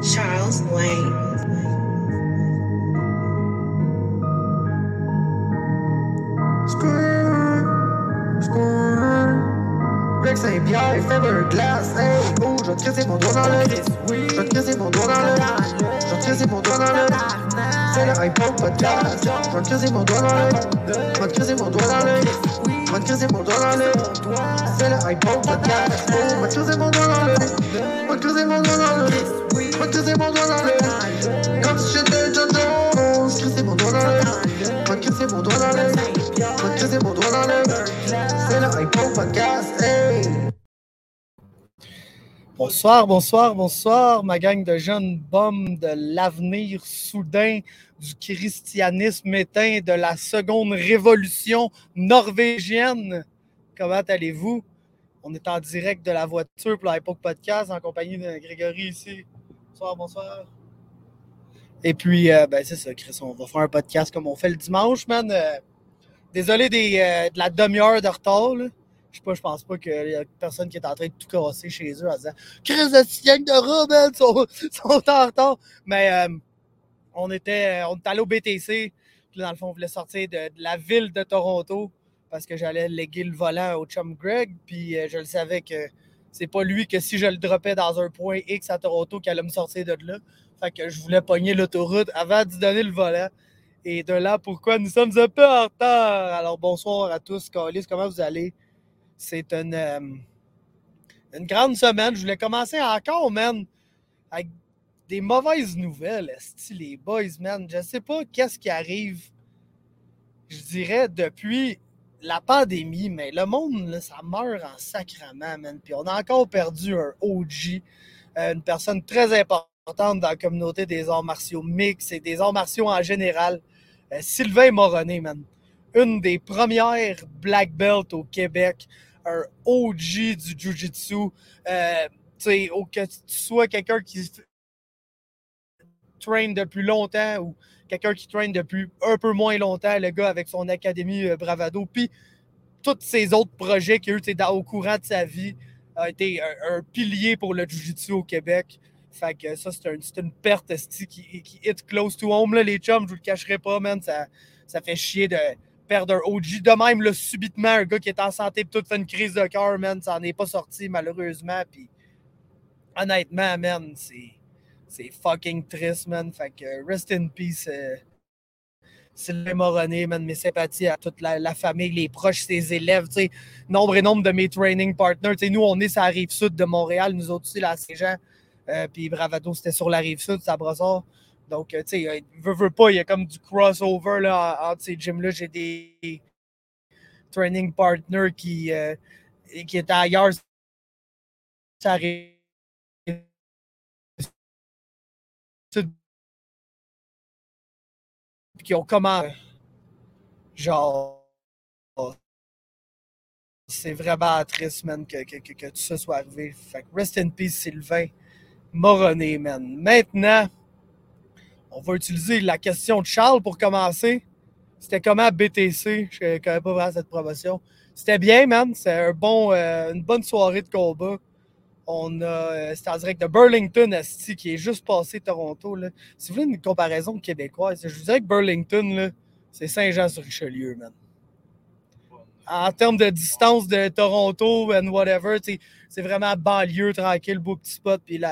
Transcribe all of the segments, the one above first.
Charles Wayne. Greg Saint-Pierre, il fait de glace, hey, oh, je vais te casser mon doigt dans le je vais te casser mon doigt dans le je vais te casser mon doigt dans le c'est le iPod podcast, je vais te casser mon doigt dans le je vais te casser mon doigt dans le je vais te casser mon doigt dans le c'est le iPod podcast, oh, je vais te casser mon doigt dans le je vais te casser mon doigt dans le je vais te casser mon doigt dans le comme si j'étais John Jones, casser mon doigt dans le je vais te casser mon doigt dans le je vais te casser mon doigt dans le c'est le iPod podcast, hey. Bonsoir, ma gang de jeunes bums de l'avenir soudain du christianisme éteint de la seconde révolution norvégienne. Comment allez-vous? On est en direct de la voiture pour l'Hypoc Podcast en compagnie de Grégory ici. Bonsoir. Et puis, c'est ça, Chris, on va faire un podcast comme on fait le dimanche, man. Désolé de la demi-heure de retard, là. Je pense pas qu'il y a personne qui est en train de tout casser chez eux en disant « Chris de gang de rats, man, sont en retard! » Mais on était allé au BTC, puis dans le fond, on voulait sortir de la ville de Toronto parce que j'allais léguer le volant au chum Greg, puis je le savais que c'est pas lui que si je le droppais dans un point X à Toronto qu'il allait me sortir de là. Fait que je voulais pogner l'autoroute avant d'y donner le volant. Et de là, pourquoi nous sommes un peu en retard. Alors, bonsoir à tous, Calis, comment vous allez? C'est une grande semaine. Je voulais commencer encore, man, avec des mauvaises nouvelles, les boys, man. Je sais pas qu'est-ce qui arrive, je dirais, depuis la pandémie, mais le monde, là, ça meurt en sacrament, man. Puis on a encore perdu un OG, une personne très importante dans la communauté des arts martiaux mix et des arts martiaux en général. Sylvain Moroney, man. Une des premières black belts au Québec, un OG du Jiu-Jitsu. Que tu sois quelqu'un qui traîne depuis longtemps ou quelqu'un qui traîne depuis un peu moins longtemps, le gars avec son académie Bravado, puis tous ses autres projets qu'il a eu au courant de sa vie, a été un pilier pour le Jiu-Jitsu au Québec. Fait que ça, c'est une perte qui hit close to home, là, les chums, je vous le cacherai pas, man. Ça fait chier de perdre un OG. De même, là, subitement, un gars qui est en santé et tout fait une crise de cœur, man. Ça n'en est pas sorti, malheureusement. Puis, honnêtement, man, c'est fucking triste, man. Fait que rest in peace, Sylvain Moroney, man. Mes sympathies à toute la famille, les proches, ses élèves, tu sais. Nombre et nombre de mes training partners. Tu sais, nous, on est sur la rive sud de Montréal, nous autres aussi, là, à Saint-Jean. Puis Bravado, c'était sur la rive sud, c'est à Brossard. Donc, tu sais, veut pas, il y a comme du crossover là, entre ces gyms-là. J'ai des training partners qui étaient ailleurs. Ça arrive. Qui ont commencé. Genre, c'est vraiment triste, man, que tout ça soit arrivé. Fait que rest in peace, Sylvain Moroney, man. Maintenant, on va utiliser la question de Charles pour commencer. C'était comment BTC? Je ne connais pas vraiment cette promotion. C'était bien, man. C'était une bonne soirée de combat. C'était en direct de Burlington, Asti, qui est juste passé Toronto. Là. Si vous voulez une comparaison québécoise, je vous dirais que Burlington, là, c'est Saint-Jean-sur-Richelieu, man. En termes de distance de Toronto and whatever, c'est vraiment banlieue, tranquille, beau petit spot. Puis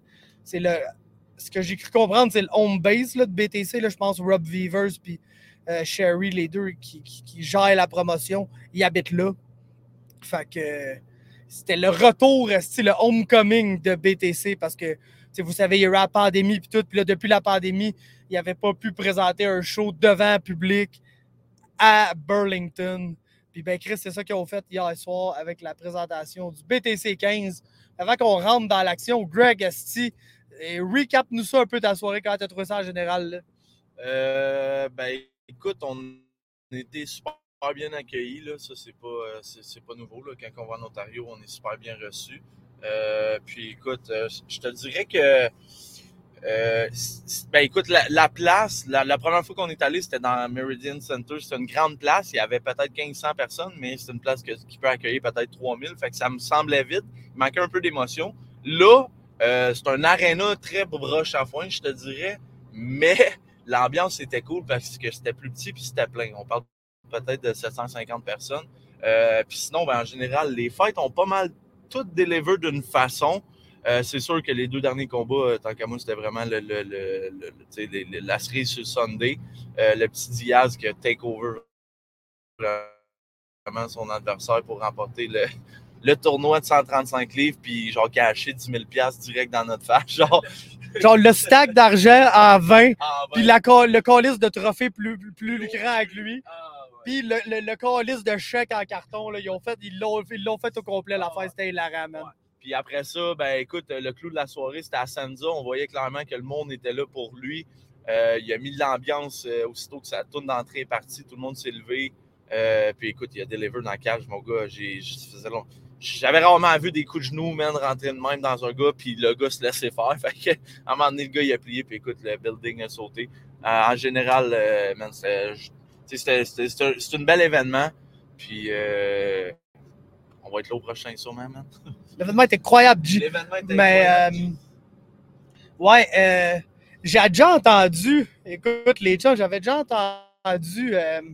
ce que j'ai cru comprendre, c'est le home base là, de BTC. Là, je pense Rob Vivers puis Sherry, les deux qui gèrent la promotion, ils habitent là. Fait que c'était le retour, le homecoming de BTC parce que vous savez, il y a eu la pandémie puis tout. Puis là, depuis la pandémie, ils n'avaient pas pu présenter un show devant le public à Burlington. Puis ben Chris, c'est ça qu'ils ont fait hier soir avec la présentation du BTC 15. Avant qu'on rentre dans l'action, Greg Asti, recap-nous ça un peu ta soirée quand tu as trouvé ça en général. Là. Écoute, on était super bien accueillis. Là. Ça, c'est pas nouveau. Là. Quand on va en Ontario, on est super bien reçus. Puis écoute, je te dirais que écoute, la place, la première fois qu'on est allé, c'était dans Meridian Center. C'était une grande place. Il y avait peut-être 1500 personnes, mais c'est une place qui peut accueillir peut-être 3000. Fait que ça me semblait vite. Il manquait un peu d'émotion. Là, C'est un aréna très broche à foin, je te dirais, mais l'ambiance était cool parce que c'était plus petit puis c'était plein. On parle peut-être de 750 personnes. Puis sinon, en général, les fêtes ont pas mal toutes deliver d'une façon. C'est sûr que les 2 derniers combats, tant qu'à moi, c'était vraiment la cerise sur le Sunday. Le petit Diaz qui a take over vraiment son adversaire pour remporter le tournoi de 135 livres, puis genre caché 10 000 $ direct dans notre face. Genre le stack d'argent en 20, puis le calice de trophée plus grand avec lui. Puis le calice de chèque en carton, là, ils l'ont fait au complet, l'affaire, c'était hilarant, man. Ouais. Puis après ça, écoute, le clou de la soirée, c'était à Senza. On voyait clairement que le monde était là pour lui. Il a mis de l'ambiance aussitôt que sa tourne d'entrée est partie. Tout le monde s'est levé. Puis écoute, il a deliver dans la cage, mon gars. J'avais rarement vu des coups de genoux, man, rentrer de même dans un gars, puis le gars se laissait faire. Fait que, à un moment donné, le gars, il a plié, puis écoute, le building a sauté. En général, man, c'est un bel événement. Puis, on va être là au prochain, sûrement, man. L'événement était incroyable, G. Ouais, j'ai déjà entendu, écoute, les gens, j'avais déjà entendu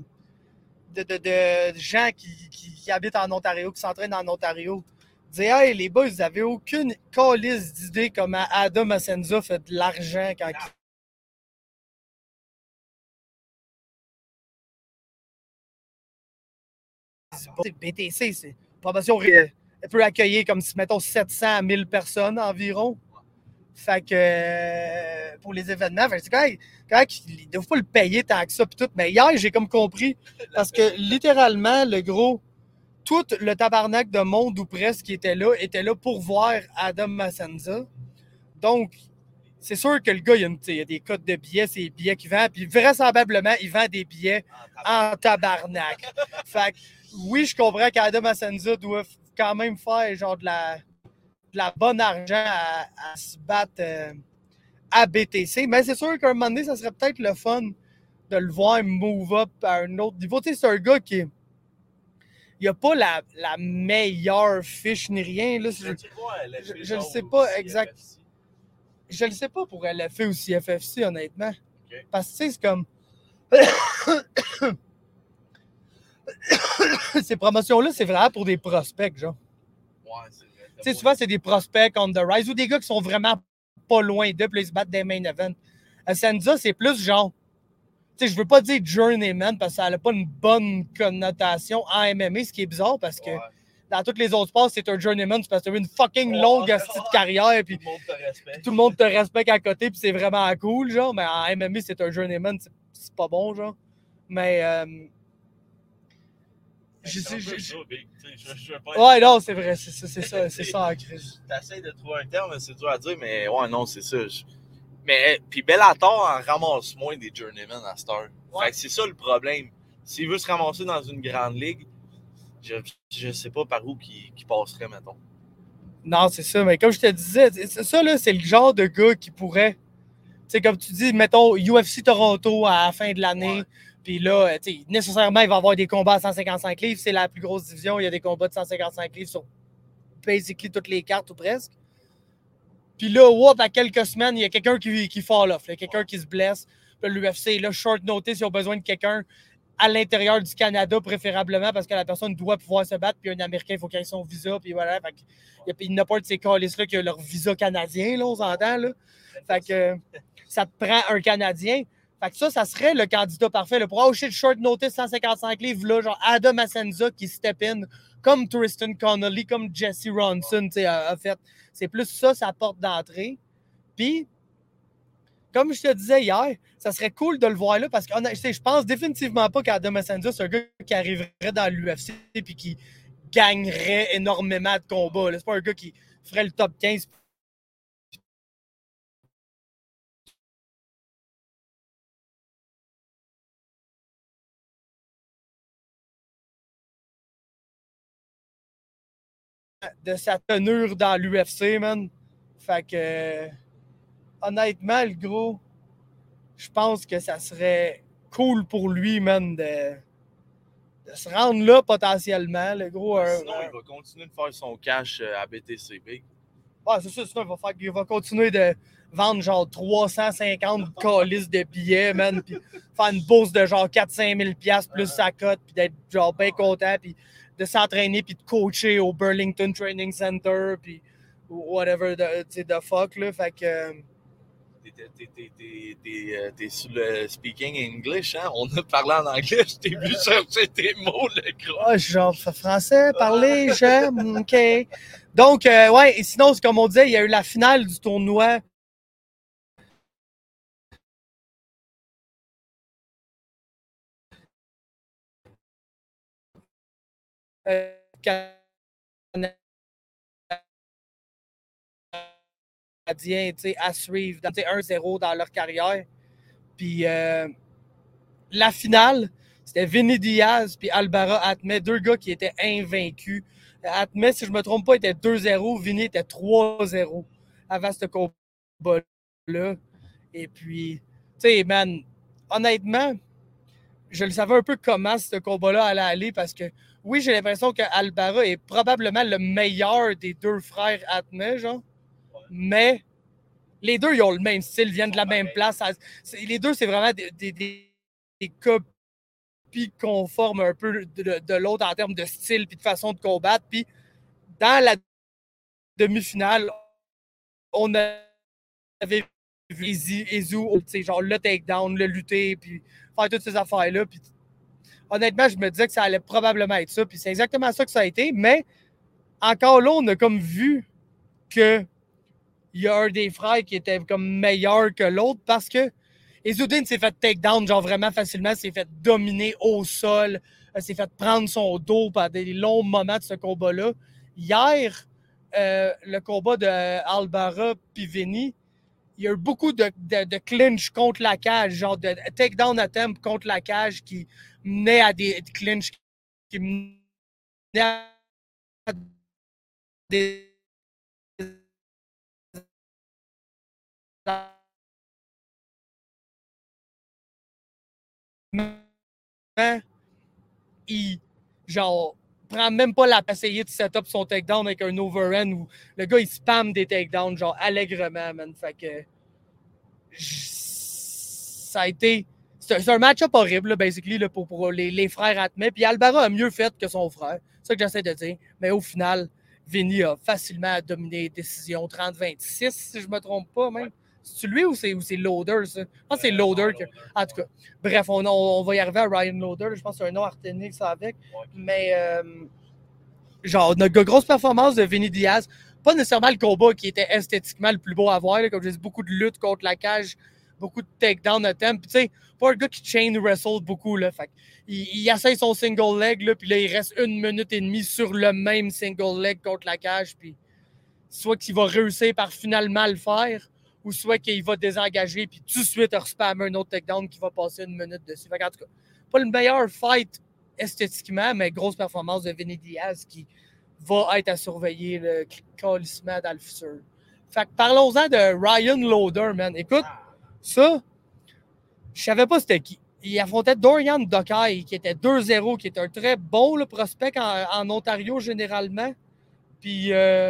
de gens qui habitent en Ontario, qui s'entraînent en Ontario, dire « Hey, les boys, vous n'avez aucune calice d'idée comment Adam Asenza fait de l'argent quand BTC, c'est une promotion, elle peut accueillir comme si, mettons, 700 à 1000 personnes environ. Fait que pour les événements, fait que ils ne doivent pas le payer tant que ça pis tout. Mais hier, j'ai comme compris, parce que littéralement, le gros, tout le tabarnak de monde ou presque qui était là pour voir Adam Asenza. Donc, c'est sûr que le gars, il y a des codes de billets, c'est les billets qu'il vend, puis vraisemblablement, il vend des billets en tabarnak. Fait que, oui, je comprends qu'Adam Asenza doit quand même faire genre de la bonne argent à se battre à BTC, mais c'est sûr qu'à un moment donné, ça serait peut-être le fun de le voir move up à un autre niveau. Tu sais, c'est un gars qui il n'a pas la meilleure fiche ni rien. Là. Je ne sais pas exact. Je ne sais pas pour LFA ou CFFC, honnêtement. Okay. Parce que, tu sais, c'est comme... Ces promotions-là, c'est vraiment pour des prospects, genre. Ouais, c'est vrai. Tu sais, souvent, c'est des prospects on the rise ou des gars qui sont vraiment pas loin d'eux, puis ils se battent des main events. Senza, c'est plus genre... Tu sais, je veux pas dire journeyman parce que ça n'a pas une bonne connotation en MMA, ce qui est bizarre parce que dans tous les autres sports, c'est un journeyman parce que tu as une fucking longue de carrière puis tout le monde te respecte à côté puis c'est vraiment cool, genre. Mais en MMA, c'est un journeyman, c'est pas bon, genre. Mais... ouais, non, c'est vrai, c'est ça en crise. T'essayes de trouver un terme, c'est dur à dire, mais ouais, non, c'est ça. Mais puis Bellator en ramasse moins des journeymen à cette heure. Ouais. Fait que c'est ça le problème. S'il veut se ramasser dans une grande ligue, je sais pas par où qui passerait, mettons. Non, c'est ça, mais comme je te disais, ça là, c'est le genre de gars qui pourrait, tu sais, comme tu dis, mettons UFC Toronto à la fin de l'année. Ouais. Puis là, nécessairement, il va y avoir des combats à 155 livres. C'est la plus grosse division. Il y a des combats de 155 livres sur basically toutes les cartes ou presque. Puis là, à quelques semaines, il y a quelqu'un qui fall off. Quelqu'un qui se blesse. L'UFC, là, short notice, ils ont besoin de quelqu'un à l'intérieur du Canada, préférablement, parce que la personne doit pouvoir se battre. Puis un Américain, il faut qu'il ait son visa. Puis voilà. Il n'y a pas de ces calices-là qui ont leur visa canadien, là, on s'entend. Là. Fait que ça te prend un Canadien. Fait que ça serait le candidat parfait. Là, pour le short notice 155 livres, là, genre Adam Asenza qui step in, comme Tristan Connolly, comme Jesse Ronson, a fait. C'est plus ça, sa porte d'entrée. Puis, comme je te disais hier, ça serait cool de le voir là parce que je pense définitivement pas qu'Adam Asenza, c'est un gars qui arriverait dans l'UFC et qui gagnerait énormément de combats. Là. C'est pas un gars qui ferait le top 15. De sa tenue dans l'UFC, man. Fait que, honnêtement, le gros, je pense que ça serait cool pour lui, man, de se rendre là potentiellement, le gros. Sinon, il va continuer de faire son cash à BTCB. Ouais, c'est ça, sinon il va continuer de vendre genre 350 calices de billets, man, puis faire une bourse de genre 4-5 000 $ plus sa cote, puis d'être genre bien content, puis de s'entraîner, puis de coacher au Burlington Training Center, puis whatever the fuck, là. Fait que. T'es sur le speaking English, hein? On a parlé en anglais, je t'ai vu chercher tes mots, le gros. Ah, genre français, parler, j'aime, OK. Donc, ouais, et sinon, comme on disait, il y a eu la finale du tournoi. Canadiens, à suivre, 1-0 dans leur carrière. Puis la finale, c'était Vinny Diaz puis Alvaro Atmet, deux gars qui étaient invaincus. Atmet, si je ne me trompe pas, était 2-0. Vinny était 3-0 avant ce combat-là. Et puis, tu sais, man, honnêtement, je le savais un peu comment ce combat-là allait aller parce que, oui, j'ai l'impression que Alvaro est probablement le meilleur des deux frères Atmet, genre. Mais les deux, ils ont le même style, viennent de la même place. Les deux, c'est vraiment des copies conformes un peu de l'autre en termes de style et de façon de combattre. Puis dans la demi-finale, on avait vu Ezu, genre le takedown, le lutter, puis faire toutes ces affaires-là. Puis honnêtement, je me disais que ça allait probablement être ça. Puis c'est exactement ça que ça a été. Mais encore là, on a comme vu que il y a un des frères qui était comme meilleur que l'autre parce que Ezudin s'est fait takedown genre vraiment facilement, s'est fait dominer au sol, s'est fait prendre son dos pendant des longs moments de ce combat-là. Hier, le combat de Alvaro puis Vinny, il y a eu beaucoup de clinch contre la cage, genre de takedown attempt contre la cage qui menait à des clinch qui menaient à des il genre prend même pas la peine d'essayer de set up son takedown avec un overhand où le gars il spam des takedowns genre allègrement, man. Fait que ça a été c'est un match-up horrible là, basically là, pour les frères Atmet. Puis Alvaro a mieux fait que son frère, c'est ça que j'essaie de dire. Mais au final, Vinny a facilement dominé les décisions 30-26 si je me trompe pas même. C'est lui ou c'est Loader, ça? Je pense que c'est Loader. En tout cas, bref, on va y arriver à Ryan Loader. Je pense que c'est un nom arténique, ça, avec. Mais, genre, une grosse performance de Vinny Diaz. Pas nécessairement le combat qui était esthétiquement le plus beau à voir. Là, comme je dis, beaucoup de lutte contre la cage, beaucoup de takedown attempt. Puis, tu sais, pas un gars qui chain wrestle beaucoup. Là, fait il essaye son single leg, là, puis là, il reste 1 minute et demie sur le même single leg contre la cage. Puis, soit qu'il va réussir par finalement le faire, ou soit qu'il va désengager puis tout de suite respammer un autre takedown qui va passer 1 minute dessus. Fait en tout cas, pas le meilleur fight esthétiquement, mais grosse performance de Vinny Diaz qui va être à surveiller le calissement dans le futur. Fait que parlons-en de Ryan Loader, man. Écoute, ça, je savais pas c'était qui. Il affrontait Dorian Dokai, qui était 2-0, qui est un très bon là, prospect en Ontario généralement. Puis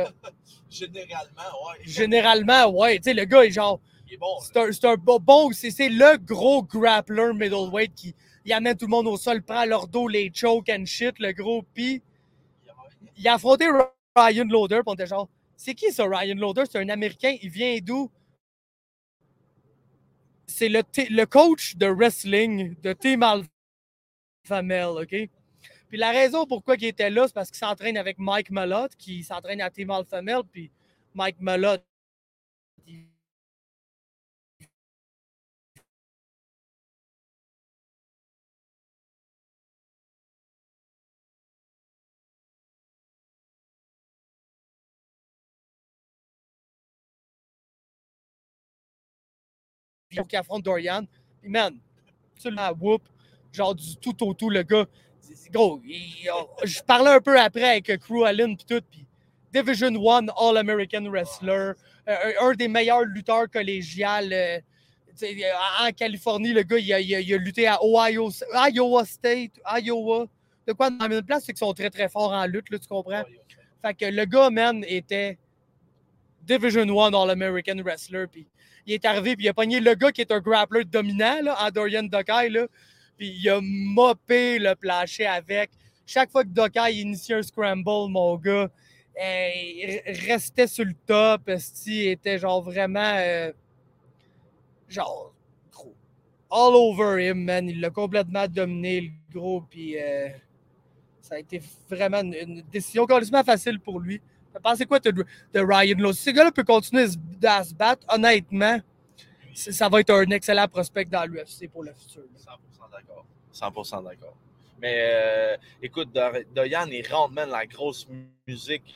Généralement, ouais. Tu sais, le gars est genre. Il est bon. C'est un bon. C'est le gros grappler middleweight qui il amène tout le monde au sol, prend leur dos, les choke and shit, le gros. Puis il a affronté Ryan Loader. Puis on était genre, c'est qui ça, Ryan Loader? C'est un Américain. Il vient d'où? C'est le coach de wrestling de Team Alpha Male, OK? Puis la raison pourquoi il était là, c'est parce qu'il s'entraîne avec Mike Malott, qui s'entraîne à Team Alpha Male. Puis Mike Malott, qui affronte Dorian. Puis, man, absolument whoop, genre du tout au tout, le gars. Gros, je parlais un peu après avec Crew Allen puis tout, puis Division 1 All-American Wrestler, un des meilleurs lutteurs collégiales. En Californie, le gars, il a lutté à Iowa State, Iowa. De quoi, dans la même place, c'est qu'ils sont très, très forts en lutte, là, tu comprends? Fait que le gars, man, était Division 1 All-American Wrestler. Puis il est arrivé, puis il a pogné le gars qui est un grappler dominant, là, en Dorian Dokai, là. Puis il a mopé le plancher avec. Chaque fois que Dokai initiait un scramble, mon gars, il restait sur le top. Il était genre vraiment... genre... all over him, man. Il l'a complètement dominé, le gros. Puis ça a été vraiment une décision complètement facile pour lui. Pensez quoi de Ryan Law? Si ce gars-là peut continuer à se battre, honnêtement, ça va être un excellent prospect dans l'UFC pour le futur. 100% d'accord. 100% d'accord. Mais écoute, Doyan, il rentre, man, la grosse musique.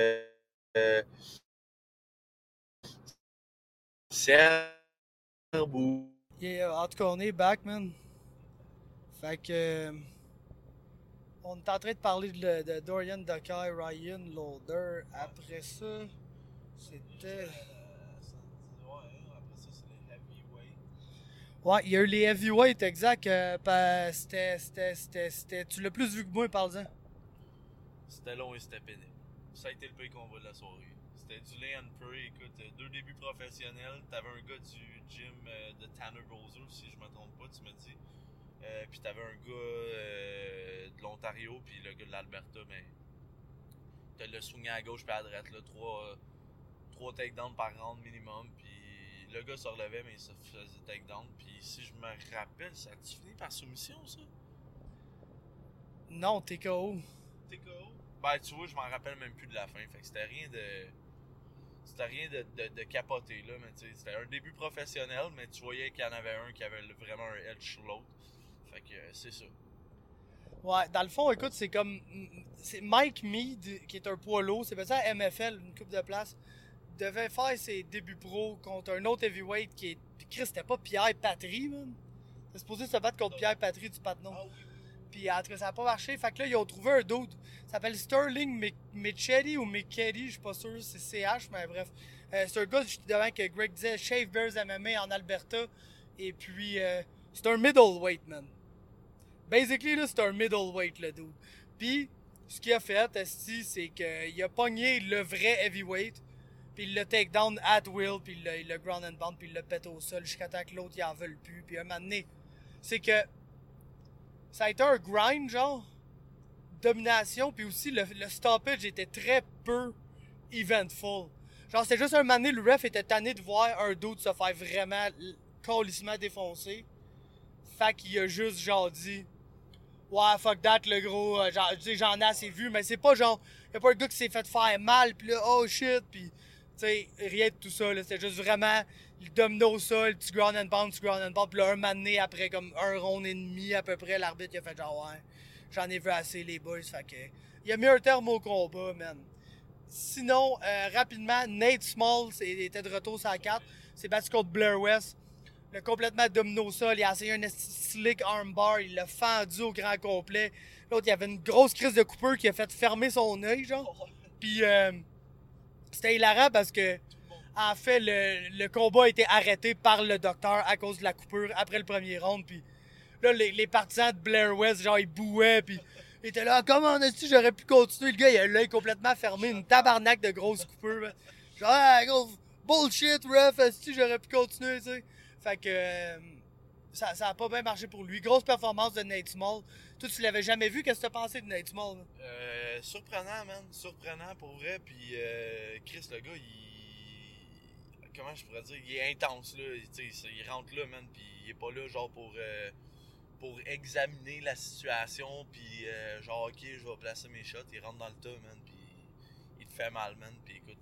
Serbe ou. Yeah, en tout cas, on est back, man. Fait que. On est en train de parler de Dorian Dokai, Ryan Lauder. Après ça, c'était. Ouais, il y a eu les heavyweights, exact. C'était. Tu l'as plus vu que moi, parle-en. C'était long et c'était pénible. Ça a été le pire combat de la soirée. C'était du lay and pray. Écoute, 2 débuts professionnels. T'avais un gars du gym de Tanner Bowser, si je me trompe pas, tu me dis. Puis t'avais un gars de l'Ontario, puis le gars de l'Alberta, mais t'as le swing à gauche puis à droite, là, 3 takedowns par round minimum, puis le gars se relevait, mais il se faisait takedown, puis si je me rappelle, ça a-tu fini par soumission, ça? Non, TKO. TKO? Ben, tu vois, je m'en rappelle même plus de la fin, fait que c'était rien de capoté, là, mais tu sais, c'était un début professionnel, mais tu voyais qu'il y en avait un qui avait vraiment un edge sur l'autre. Fait que c'est ça. Ouais, dans le fond, écoute, c'est comme. C'est Mike Mead, qui est un poids lourd, c'est passé à MFL, une coupe de place, devait faire ses débuts pro contre un autre heavyweight qui est. Puis Chris, c'était pas Pierre Patry, man. C'était supposé se battre contre Pierre Patry du Patnon. Ah, oui. Puis en tout cas, ça n'a pas marché. Fait que là, ils ont trouvé un dude. Ça s'appelle Sterling Michetti ou Michetti, je suis pas sûr, c'est CH, mais bref. C'est un gars, devant que Greg disait, Shave Bears MMA en Alberta. Et puis, c'est un middleweight, man. Basically, là, c'est un middleweight, le dude. Puis, ce qu'il a fait, c'est qu'il a pogné le vrai heavyweight, puis il l'a take down at will, puis il l'a ground and pound, puis il l'a pété au sol jusqu'à temps que l'autre, il en veut plus. Puis un moment donné, c'est que ça a été un grind, genre, domination, puis aussi le stoppage était très peu eventful. Genre, c'était juste un moment donné, le ref était tanné de voir un dude se faire vraiment calissement défoncer. Fait qu'il a juste, genre, dit... Ouais, fuck that, le gros. J'en ai assez vu, mais c'est pas genre. Y'a pas un gars qui s'est fait faire mal, pis là, oh shit, pis. Tu sais, rien de tout ça, là. C'était juste vraiment. Il dominait au sol, petit ground and pound, pis là, un moment donné, après comme un round et demi à peu près, l'arbitre il a fait genre, ouais, j'en ai vu assez, les boys. Fait que. Il a mis un terme au combat, man. Sinon, rapidement, Nate Small était de retour sur la carte. C'est battu contre Blair West. Il a complètement dominé au sol, il a essayé un slick armbar, il l'a fendu au grand complet. L'autre, il y avait une grosse crise de Cooper qui a fait fermer son œil, genre. Puis c'était hilarant parce que, en fait, le combat a été arrêté par le docteur à cause de la coupure après le premier round. Puis là, les partisans de Blair West, genre, ils bouaient, puis ils étaient là, comment est-ce que j'aurais pu continuer? Le gars, il a l'œil complètement fermé, une tabarnak de grosses coupures. Genre, ah, gros, bullshit, ref, est-ce que j'aurais pu continuer, tu sais? Fait que ça a pas bien marché pour lui. Grosse performance de Nate Small. Toi, tu l'avais jamais vu. Qu'est-ce que tu as pensé de Nate Small? Surprenant, man. Surprenant pour vrai. Puis Chris, le gars, il... Comment je pourrais dire? Il est intense, là. Il rentre là, man. Puis il est pas là, genre, pour examiner la situation. Puis genre, OK, je vais placer mes shots. Il rentre dans le tas, man. Puis il te fait mal, man. Puis écoute,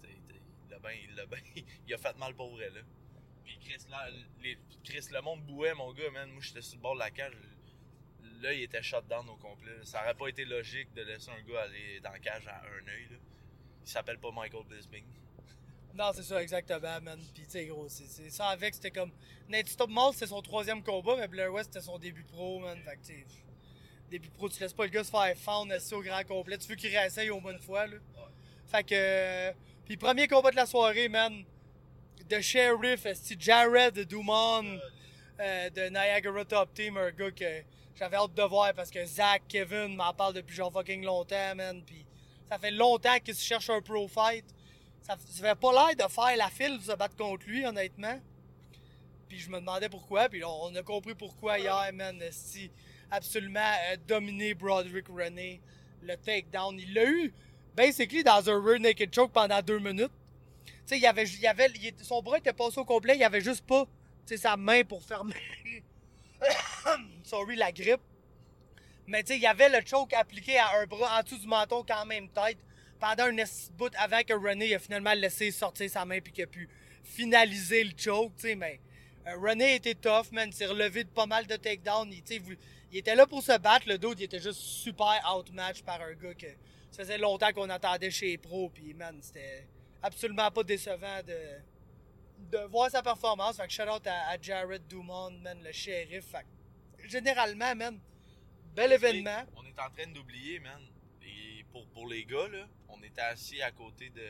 il a fait mal pour vrai, là. Puis Chris, le monde bouait, mon gars, man. Moi, j'étais sur le bord de la cage. Là, il était shut down au complet. Ça aurait pas été logique de laisser un gars aller dans la cage à un œil. Là. Il s'appelle pas Michael Bisping. Non, c'est ça, exactement, man. Puis, tu sais, gros, c'est ça avec, c'était comme... Nate Small, c'était son 3e combat, mais Blair West, c'était son début pro, man. Fait que, tu sais, début pro, tu laisses pas le gars se faire fendre assis au grand complet. Tu veux qu'il réessaye au moins une fois, là. Fait que... Puis, premier combat de la soirée, man. De Sheriff, Jared Dumont de Niagara Top Team, un gars que j'avais hâte de voir parce que Zach, Kevin m'en parle depuis genre fucking longtemps, man. Puis ça fait longtemps qu'il se cherche un pro fight. ça avait pas l'air de faire la file de se battre contre lui, honnêtement. Puis je me demandais pourquoi, puis on a compris pourquoi hier, man. Si absolument dominé Broderick Rennie, le takedown. Il l'a eu, basically, dans un rear naked choke pendant 2 minutes. Tu sais, son bras était passé au complet, il avait juste pas, sa main pour fermer sorry, la grippe. Mais tu sais, il y avait le choke appliqué à un bras en dessous du menton quand même tête pendant un bout avant que Rennie a finalement laissé sortir sa main puis qu'il a pu finaliser le choke, tu sais, mais Rennie était tough, man, il s'est relevé de pas mal de takedowns, il était là pour se battre, le dude, il était juste super outmatch par un gars que ça faisait longtemps qu'on attendait chez les pros, puis man, c'était absolument pas décevant de voir sa performance. Fait que shout out à Jared Dumont, man, le shérif. Fait que, généralement, man, bel événement. On est en train d'oublier, man. Et pour les gars, là, on était assis à côté de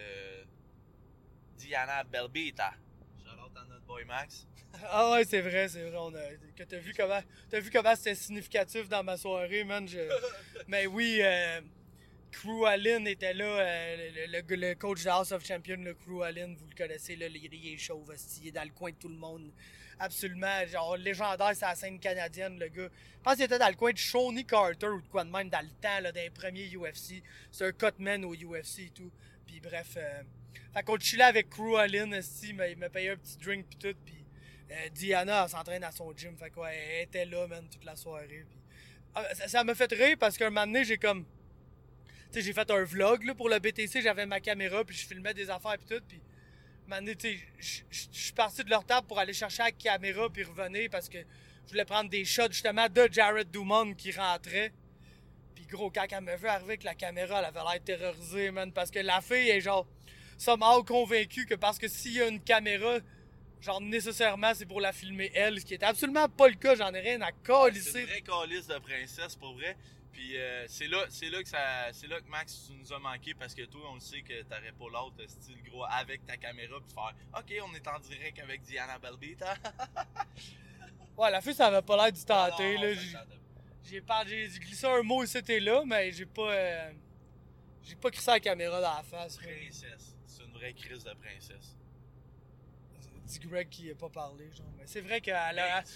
Diana Belbita. Shout out à notre boy Max. Ah ouais, c'est vrai. T'as vu comment c'était significatif dans ma soirée, man. Mais oui, Crew Allen était là, le coach de House of Champions, le Crew Allen, vous le connaissez, là, il est chauve, il est dans le coin de tout le monde. Absolument, genre légendaire, c'est la scène canadienne, le gars. Je pense qu'il était dans le coin de Shawnee Carter ou de quoi de même dans le temps, là, dans les premiers UFC. C'est un cutman au UFC et tout. Puis bref, fait qu'on chillait avec Crew Allen, il m'a payé un petit drink pis tout. Puis Diana, elle s'entraîne à son gym, fait quoi, elle était là, man, toute la soirée. Puis, ça m'a fait rire parce qu'un moment donné, j'ai comme... Tu sais, j'ai fait un vlog là, pour le BTC, j'avais ma caméra, puis je filmais des affaires puis tout, puis maintenant, tu sais, je suis parti de leur table pour aller chercher la caméra puis revenir parce que je voulais prendre des shots justement de Jared Dumont qui rentrait. Puis gros, quand elle me vu arriver avec la caméra, elle avait l'air terrorisée, man, parce que la fille est genre somehow convaincue que parce que s'il y a une caméra, genre nécessairement c'est pour la filmer elle, ce qui était absolument pas le cas, j'en ai rien à calisser. C'est une vraie calice de princesse pour vrai. Puis c'est là que Max, tu nous as manqué parce que toi, on le sait que t'aurais pas l'autre style gros avec ta caméra puis faire OK, on est en direct avec Diana Belbita. Ouais, la fille, ça avait pas l'air du tenter, non, là. J'ai glissé un mot ici et là, mais j'ai pas crissé la caméra dans la face. Princesse. C'est une vraie crise de princesse. Dis Greg qui a pas parlé, genre. Mais c'est vrai qu'elle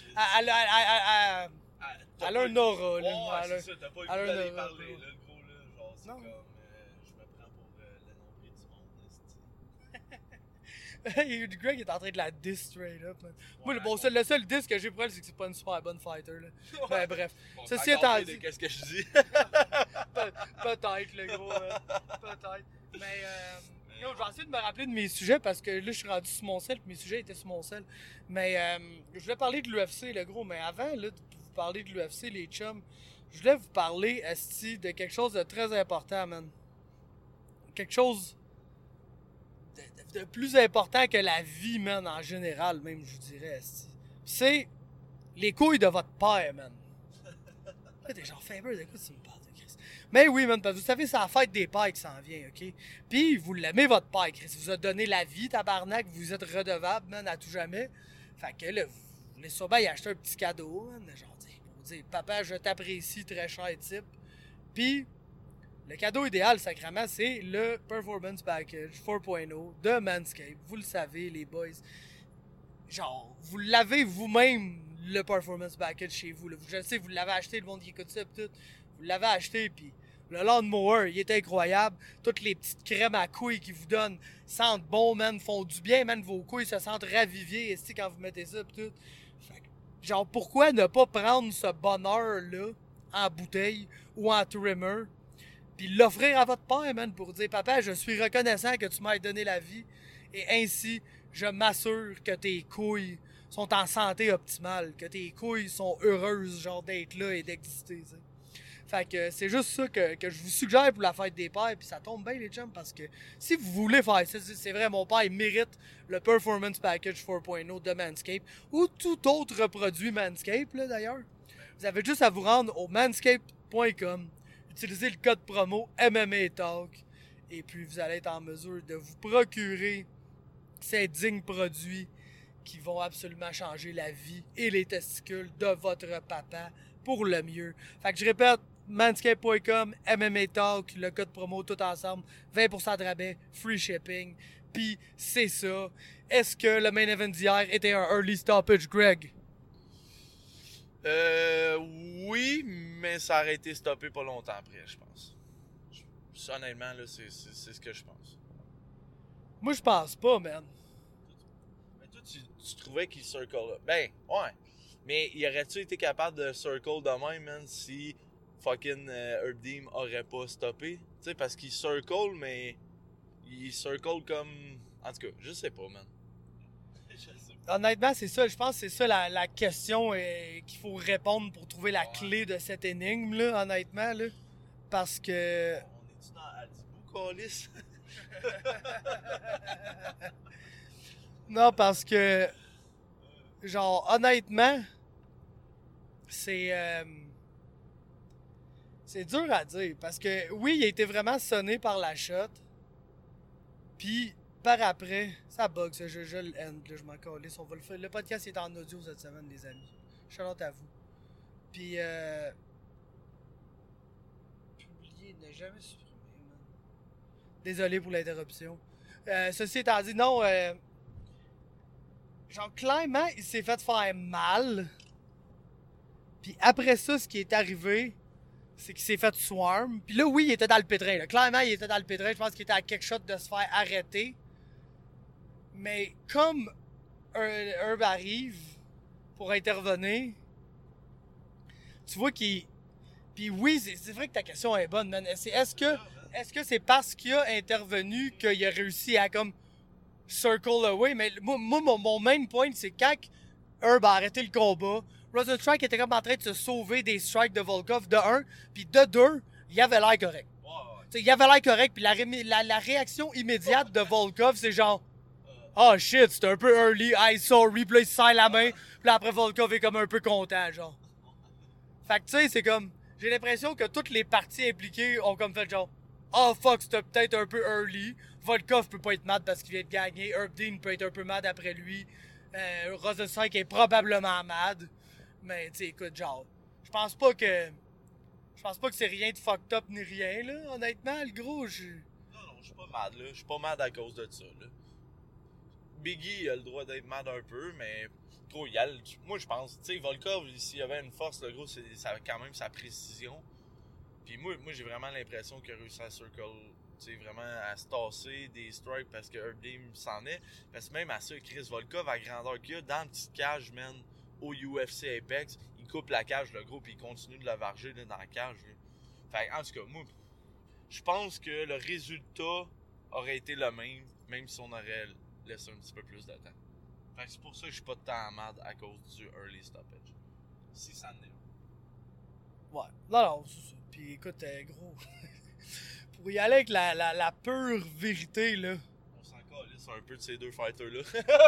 elle a un aura, là. Ouais, c'est ça, t'as pas eu le goût d'aller parler, là, le gros, là. Genre, c'est comme, je me prends pour le nombril du monde, Greg est en train de la diss straight up, man. Ouais, Moi, le seul diss que j'ai pour elle, c'est que c'est pas une super bonne fighter, là. Ben, bref. Bon, Ceci étant dit. Qu'est-ce que je dis? Peut-être, le gros, peut-être. Mais, yo, je vais essayer de me rappeler de mes sujets parce que là, je suis rendu sur mon sel, puis mes sujets étaient sur mon sel. Mais, je voulais parler de l'UFC, le gros, mais avant, là, parler de l'UFC, les chums, je voulais vous parler, esti, de quelque chose de très important, man. Quelque chose de plus important que la vie, man, en général, même, je vous dirais, esti. C'est les couilles de votre père, man. T'es genre Faber, de quoi tu me parles de Chris? Mais oui, man, parce que vous savez, c'est la fête des pères qui s'en vient, OK? Puis, vous l'aimez, votre père, Chris. Il vous a donné la vie, tabarnak, vous êtes redevable, man, à tout jamais. Fait que là, vous voulez sûrement y acheter un petit cadeau, man, genre, dire, papa, je t'apprécie, très cher type. Puis, le cadeau idéal, sacrément, c'est le Performance Package 4.0 de Manscaped. Vous le savez, les boys. Genre, vous l'avez vous-même, le Performance Package chez vous. Là. Je le sais, vous l'avez acheté, le monde qui écoute ça, pis tout. Vous l'avez acheté, puis le Lawnmower, il est incroyable. Toutes les petites crèmes à couilles qu'il vous donnent sentent bon, man, font du bien, man. Vos couilles se sentent raviviées, quand vous mettez ça, pis tout. Fait que, genre, pourquoi ne pas prendre ce bonheur-là en bouteille ou en trimmer, puis l'offrir à votre père, man, pour dire, papa, je suis reconnaissant que tu m'aies donné la vie, et ainsi, je m'assure que tes couilles sont en santé optimale, que tes couilles sont heureuses, genre, d'être là et d'exister, t'sais. Fait que c'est juste ça que je vous suggère pour la fête des pères, puis ça tombe bien, les chums, parce que si vous voulez faire ça, c'est vrai, mon père, il mérite le Performance Package 4.0 de Manscaped, ou tout autre produit Manscaped, là, d'ailleurs. Vous avez juste à vous rendre au manscaped.com, utiliser le code promo MMA Talk, et puis vous allez être en mesure de vous procurer ces dignes produits qui vont absolument changer la vie et les testicules de votre papa pour le mieux. Fait que je répète, manscaped.com, MMA Talk, le code promo tout ensemble, 20% de rabais, free shipping. Puis c'est ça. Est-ce que le main event d'hier était un early stoppage, Greg? Oui, mais ça aurait été stoppé pas longtemps après, je pense. Honnêtement, là, c'est ce que je pense. Moi, je pense pas, man. Mais toi, tu trouvais qu'il circle là? Ben, ouais. Mais il aurait-tu été capable de circle de même, man, si fucking Herb Dean aurait pas stoppé? Tu sais, parce qu'il circle, mais il circle comme... En tout cas, je sais pas, man. Honnêtement, c'est ça. Je pense que c'est ça la question qu'il faut répondre pour trouver la clé de cette énigme, là, honnêtement, là. Parce que... On est-tu dans Adibou, Calis? Non, parce que... Genre, honnêtement, c'est dur à dire. Parce que, oui, il a été vraiment sonné par la shot. Puis... Par après, ça bug, ça, je le end, là, je m'en calisse. On va le faire. Le podcast est en audio cette semaine, les amis. Shout-out à vous. Puis, publier, ne jamais supprimer, man. Désolé pour l'interruption. Ceci étant dit, non, genre, clairement, il s'est fait faire mal. Puis après ça, ce qui est arrivé, c'est qu'il s'est fait swarm. Puis là, oui, il était dans le pétrin, là. Clairement, il était dans le pétrin. Je pense qu'il était à quelque chose de se faire arrêter. Mais comme Herb arrive pour intervenir, tu vois qu'il... Puis oui, c'est vrai que ta question est bonne, man. Est-ce que c'est parce qu'il a intervenu qu'il a réussi à comme circle away? Mais moi mon main point, c'est quand Herb a arrêté le combat, Rosenstrike était comme en train de se sauver des strikes de Volkov de 1, puis de 2, il avait l'air correct. T'sais, il avait l'air correct, puis la réaction immédiate de Volkov, c'est genre... Oh shit, c'était un peu early, I sorry, puis là il se serre la main, puis là après Volkov est comme un peu content, genre. Fait que tu sais, c'est comme, j'ai l'impression que toutes les parties impliquées ont comme fait genre, oh fuck, c'était peut-être un peu early, Volkov peut pas être mad parce qu'il vient de gagner, Herb Dean peut être un peu mad après lui, Rosenstrike est probablement mad, mais tu sais, écoute, genre, je pense pas que c'est rien de fucked up ni rien, là, honnêtement, le gros, Non, je suis pas mad, là, je suis pas mad à cause de ça, là. Biggie a le droit d'être mad un peu, mais gros, moi je pense, tu sais, Volkov, s'il y avait une force, le gros, c'est quand même sa précision. Puis moi j'ai vraiment l'impression qu'il a réussi à circle, tu sais, vraiment à se tasser des strikes parce que Herb Dean s'en est. Parce que même à ça, Chris Volkov, à la grandeur qu'il a, dans une petite cage, man, au UFC Apex, il coupe la cage, le gros, puis il continue de le varger là, dans la cage. Là. Fait en tout cas, moi, je pense que le résultat aurait été le même si on aurait laissé un petit peu plus de temps. Fait que c'est pour ça que je suis pas tant mad à cause du early stoppage. Si ça en est. Ouais. Non, c'est ça. Puis écoute, gros, pour y aller avec la pure vérité, là. On s'en calisse un peu de ces deux fighters-là.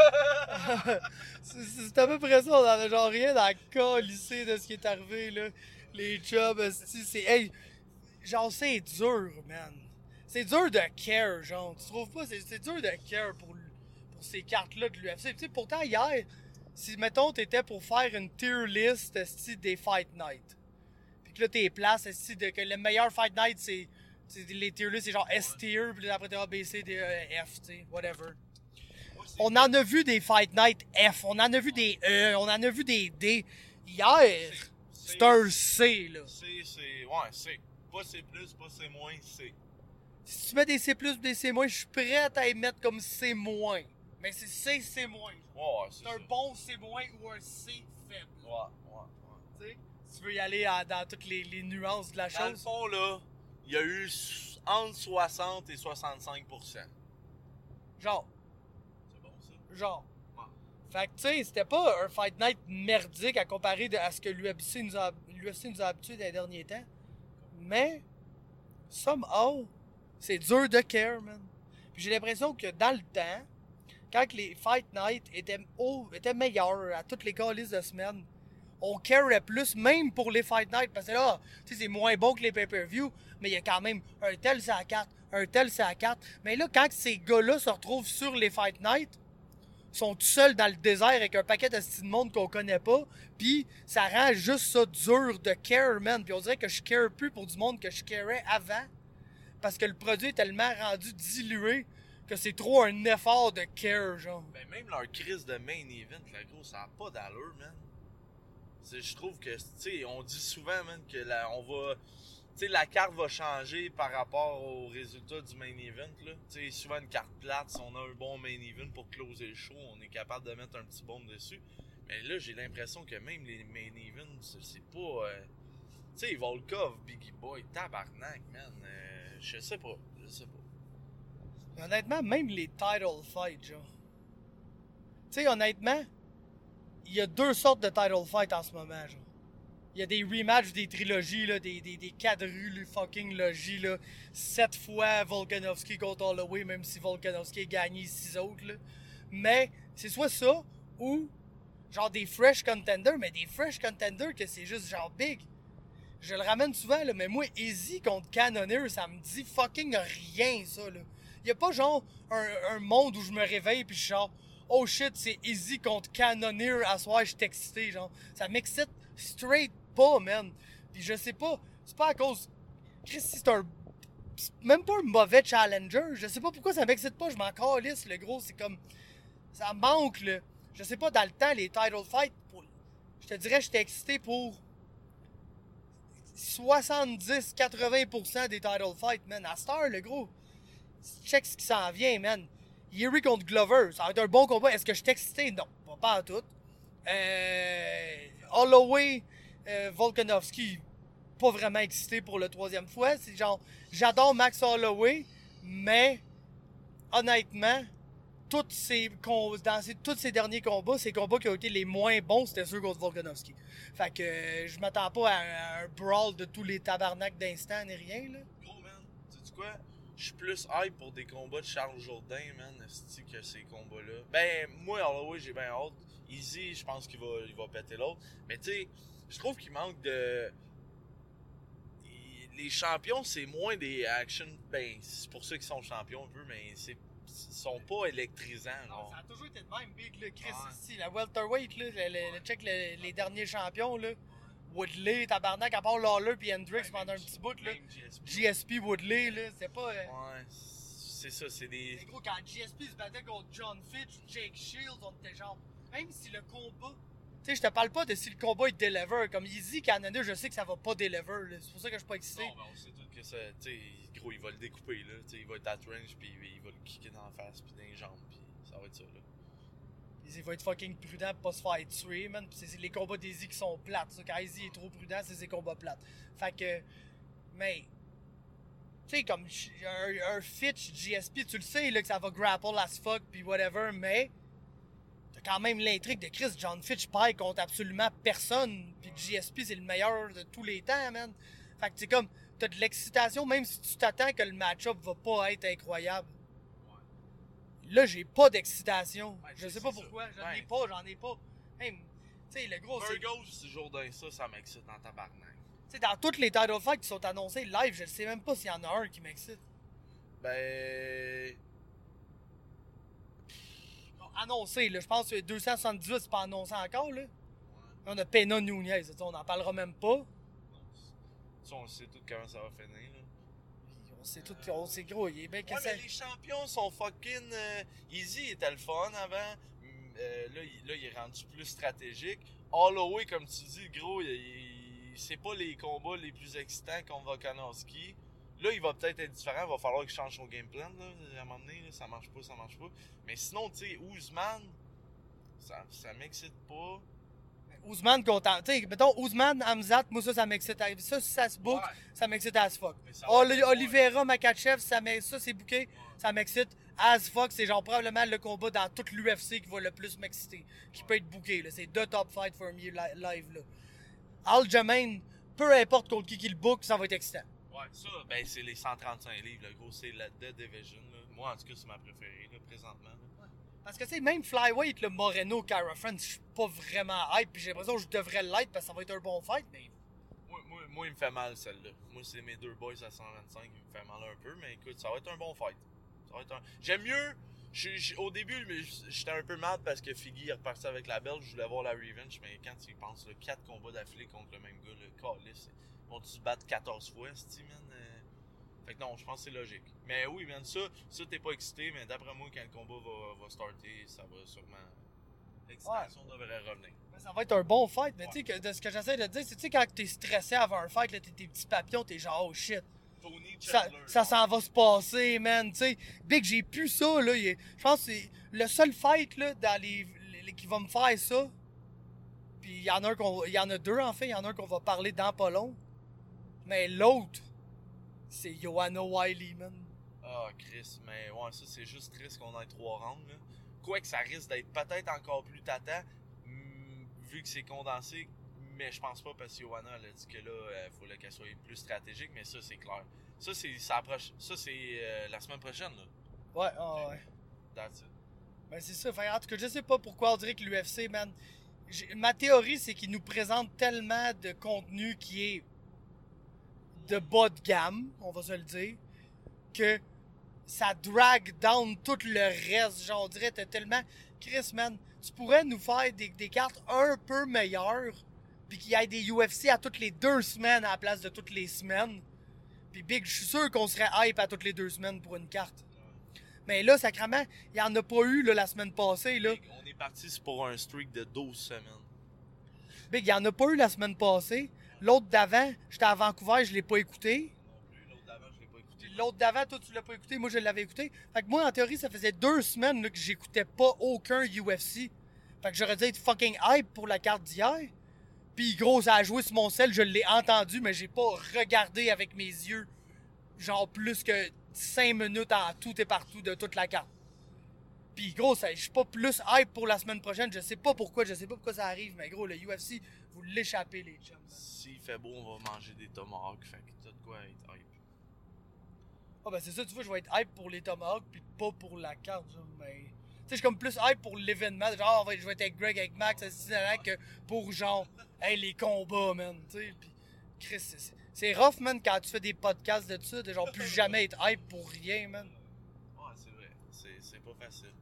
c'est à peu près ça, on en a genre rien à calisser de ce qui est arrivé, là. Les jobs, c'est... Hey, genre, c'est dur, man. C'est dur de care, genre. Tu trouves pas? C'est dur de care pour ces cartes-là de l'UFC. Tu sais, pourtant, hier, si, mettons, t'étais pour faire une tier list des Fight Night, puis que là, t'es places, que le meilleur Fight Night, c'est les tier lists, c'est genre S-tier, puis après, t'es A, B, C, D, E, F, tu sais, whatever. On en a vu des Fight Night F, on en a vu des E, on en a vu des D. Hier, c'est un C, là. Ouais, C. Pas C+, pas C-, C. Si tu mets des C+, des C-, je suis prêt à les mettre comme C-. Mais c'est C, C-. Ouais, c'est un bon C- ou un C faible. Ouais. Tu sais, si tu veux y aller dans toutes les nuances de la chose. Dans le fond, là, il y a eu entre 60 et 65%. Genre. C'est bon, ça? Genre. Ouais. Fait que, tu sais, c'était pas un Fight Night merdique à comparer à ce que l'UFC nous a habitués dans les derniers temps. Mais, somehow, c'est dur de care, man. Puis j'ai l'impression que dans le temps, quand les Fight Night étaient meilleurs à toutes les calices de semaine, on careait plus, même pour les Fight Night, parce que là, tu sais, c'est moins bon que les pay-per-view, mais il y a quand même un tel c'est à 4, un tel c'est à 4. Mais là, quand ces gars-là se retrouvent sur les Fight Night, sont tout seuls dans le désert avec un paquet de style de monde qu'on connaît pas, puis ça rend juste ça dur de care, man. Puis on dirait que je care plus pour du monde que je carais avant, parce que le produit est tellement rendu dilué que c'est trop un effort de care, genre. Ben, même leur crise de main event, là, gros, ça a pas d'allure, man. Je trouve que, tu sais, on dit souvent, man, que la carte va changer par rapport aux résultats du main event, là. Tu sais, souvent une carte plate, si on a un bon main event pour closer le show, on est capable de mettre un petit bombe dessus. Mais là, j'ai l'impression que même les main events, c'est pas... tu sais, Volkov, Biggie Boy, tabarnak, man. Je sais pas. Honnêtement, même les title fights, genre. Tu sais, honnêtement, il y a 2 sortes de title fights en ce moment, genre. Il y a des rematchs des trilogies, là, des quadrules fucking logies, là. 7 fois Volkanovski contre Holloway, même si Volkanovski a gagné 6 autres, là. Mais c'est soit ça, ou genre des fresh contenders, mais des fresh contenders que c'est juste genre big. Je le ramène souvent, là, mais moi, Easy contre Cannonier, ça me dit fucking rien, ça, là. Y a pas genre un monde où je me réveille pis je suis genre, oh shit, c'est Easy contre Cannonier, à soir, je suis excité, genre. Ça m'excite straight pas, man. Pis je sais pas, c'est pas à cause. Chris, c'est même pas un mauvais challenger. Je sais pas pourquoi ça m'excite pas, je m'en calisse, le gros, c'est comme. Ça manque, là. Je sais pas, dans le temps, les title fights, je te dirais, j'étais excité pour 70-80% des title fights, man. À cette heure, le gros, check ce qui s'en vient, man. Yuri contre Glover, ça va être un bon combat. Est-ce que je suis excité? Non, pas à tout. Holloway, Volkanovski, pas vraiment excité pour la 3e fois. C'est genre, j'adore Max Holloway, mais honnêtement, tous ces derniers combats, ces combats qui ont été les moins bons, c'était ceux contre Volkanovski. Fait que je m'attends pas à un brawl de tous les tabarnaks d'instant ni rien, là. Gros, man, sais-tu quoi? Je suis plus hype pour des combats de Charles Jourdain, man, que ces combats-là. Ben, moi, Holloway, j'ai bien hâte. Easy, je pense qu'il va péter l'autre. Mais tu sais, je trouve qu'il manque de... Les champions, c'est moins des action... Ben, c'est pour ceux qui sont champions un peu, mais ils sont pas électrisants. Non, ça a toujours été de même, Big, là, Chris, ici. La welterweight, là, check les derniers champions, là. Woodley, tabarnak, à part Lawler puis Hendricks pendant un petit bout, là. GSP, Woodley, là, c'est pas... Ouais, c'est ça, c'est des... C'est gros, quand GSP se battait contre John Fitch ou Jake Shields, on était genre... Même si le combat... Tu sais, je te parle pas de si le combat il deliver. Comme Easy, Cannonier, je sais que ça va pas deliver, là. C'est pour ça que je suis pas excité. Non, ben on sait tout que ça... Tu sais, gros, il va le découper, là. Tu sais, il va être at range, puis il va le kicker dans la face, puis dans les jambes, puis ça va être ça, là. Il va être fucking prudent pour pas se faire tuer, man. Pis c'est les combats d'Easy qui sont plates. Ça. Quand Easy est trop prudent, c'est ses combats plates. Fait que. Mais. Tu sais, comme un Fitch GSP, tu le sais là, que ça va grapple as fuck pis whatever, mais. T'as quand même l'intrigue de Chris. John Fitch paille contre absolument personne. Pis GSP, c'est le meilleur de tous les temps, man. Fait que c'est comme. T'as de l'excitation, même si tu t'attends que le match-up va pas être incroyable. Là, j'ai pas d'excitation. Ouais, je sais pas pourquoi. J'en ai pas. Hey, tu sais, le gros, c'est... Burgos, Jourdain, ça m'excite en tabarnak. Tu sais, dans toutes les title fights qui sont annoncés live, je sais même pas s'il y en a un qui m'excite. Ben... Annoncé, là. Je pense que 278, c'est pas annoncé encore, là. Ouais. On a Pena Nunez, on en parlera même pas. Non. Ça, on sait tout comment ça va finir, là. On sait gros, il est bien que ça... mais les champions sont fucking... Easy était le fun avant. Là, il est rendu plus stratégique. Holloway, comme tu dis, gros, c'est pas les combats les plus excitants contre Volkanovski. Là, il va peut-être être différent. Il va falloir qu'il change son game plan, là. À un moment donné, là, ça marche pas. Mais sinon, tu sais, Ousmane, ça m'excite pas. Ousmane content. Tu sais, mettons, Ousmane, Hamzat, moi ça m'excite. Ça, si ça se book, ça m'excite as fuck. Oliveira, Makachev, ça c'est booké, ça m'excite as fuck. C'est genre probablement le combat dans toute l'UFC qui va le plus m'exciter. Qui peut être booké, là. C'est deux top fight for me live, là. Aljamain, peu importe contre qui le book, ça va être excitant. Ouais, ça, ben c'est les 135 livres, le gros, c'est la Dead Division, là. Moi, en tout cas, c'est ma préférée, là, présentement, là. Parce que, tu sais, même Flyweight, le Moreno, Cara France, je suis pas vraiment hype, puis j'ai l'impression que je devrais l'être parce que ça va être un bon fight, mais... Moi, il me fait mal, celle-là. Moi, c'est mes deux boys à 125, il me fait mal un peu, mais écoute, ça va être un bon fight. J'aime mieux... Au début, j'étais un peu mad parce que Figgy est reparti avec la belle, je voulais voir la revenge, mais quand tu y penses, 4 combats d'affilée contre le même gars, le Callis, vont-tu se battre 14 fois, c'ti, man? Fait que non, je pense que c'est logique. Mais oui, man, ça t'es pas excité, mais d'après moi, quand le combat va starter, ça va sûrement. L'excitation devrait revenir. Ça va être un bon fight, mais tu sais, de ce que j'essaie de dire, c'est tu sais, quand t'es stressé avant un fight, là, t'es tes petits papillons, t'es genre, oh shit. Tony Ça Chandler. s'en va se passer, man. Tu sais, Big, j'ai plus ça, là. Je pense que c'est le seul fight, là, dans qui va me faire ça. Puis il y en a deux, en fait. Il y en a un qu'on va parler dans pas long. Mais l'autre, c'est Joanna Wiley, man. Ah, Chris, mais ouais, ça, c'est juste triste qu'on ait 3 rounds, là. Quoique ça risque d'être peut-être encore plus tâtant, vu que c'est condensé, mais je pense pas parce que Joanna elle a dit que là, il fallait qu'elle soit plus stratégique, mais ça, c'est clair. Ça, c'est la semaine prochaine, là. Ouais. That's it. Ben, c'est ça. En tout cas, je sais pas pourquoi on dirait que l'UFC, man. Ma théorie, c'est qu'il nous présente tellement de contenu qui est de bas de gamme, on va se le dire, que ça drag down tout le reste. Genre, on dirait que tellement... Chris, man, tu pourrais nous faire des cartes un peu meilleures, puis qu'il y ait des UFC à toutes les 2 semaines à la place de toutes les semaines. Puis Big, je suis sûr qu'on serait hype à toutes les 2 semaines pour une carte. Mais là, sacrément, il n'y en a pas eu là, la semaine passée. Là. Big, on est parti pour un streak de 12 semaines. Big, il n'y en a pas eu la semaine passée. L'autre d'avant, j'étais à Vancouver, je l'ai pas écouté. L'autre d'avant, je l'ai pas écouté. L'autre d'avant, toi, tu l'as pas écouté. Moi, je l'avais écouté. Fait que moi, en théorie, ça faisait 2 semaines là, que j'écoutais pas aucun UFC. Fait que j'aurais dû être fucking hype pour la carte d'hier. Puis gros, ça a joué sur mon sel, je l'ai entendu, mais j'ai pas regardé avec mes yeux. Genre plus que 5 minutes en tout et partout de toute la carte. Puis gros, je suis pas plus hype pour la semaine prochaine. Je sais pas pourquoi ça arrive, mais gros, le UFC, vous l'échappez, les chums. S'il fait beau, on va manger des tomahawks, fait que t'as de quoi être hype. Ah ben c'est ça, tu vois, je vais être hype pour les tomahawks, puis pas pour la carte, genre, mais... Tu sais, je suis comme plus hype pour l'événement, genre, je vais être avec Greg, avec Max, que pour genre, hey, les combats, man, tu sais, puis Chris, c'est rough, man, quand tu fais des podcasts de ça, de genre plus jamais être hype pour rien, man. Ouais, c'est vrai, c'est pas facile.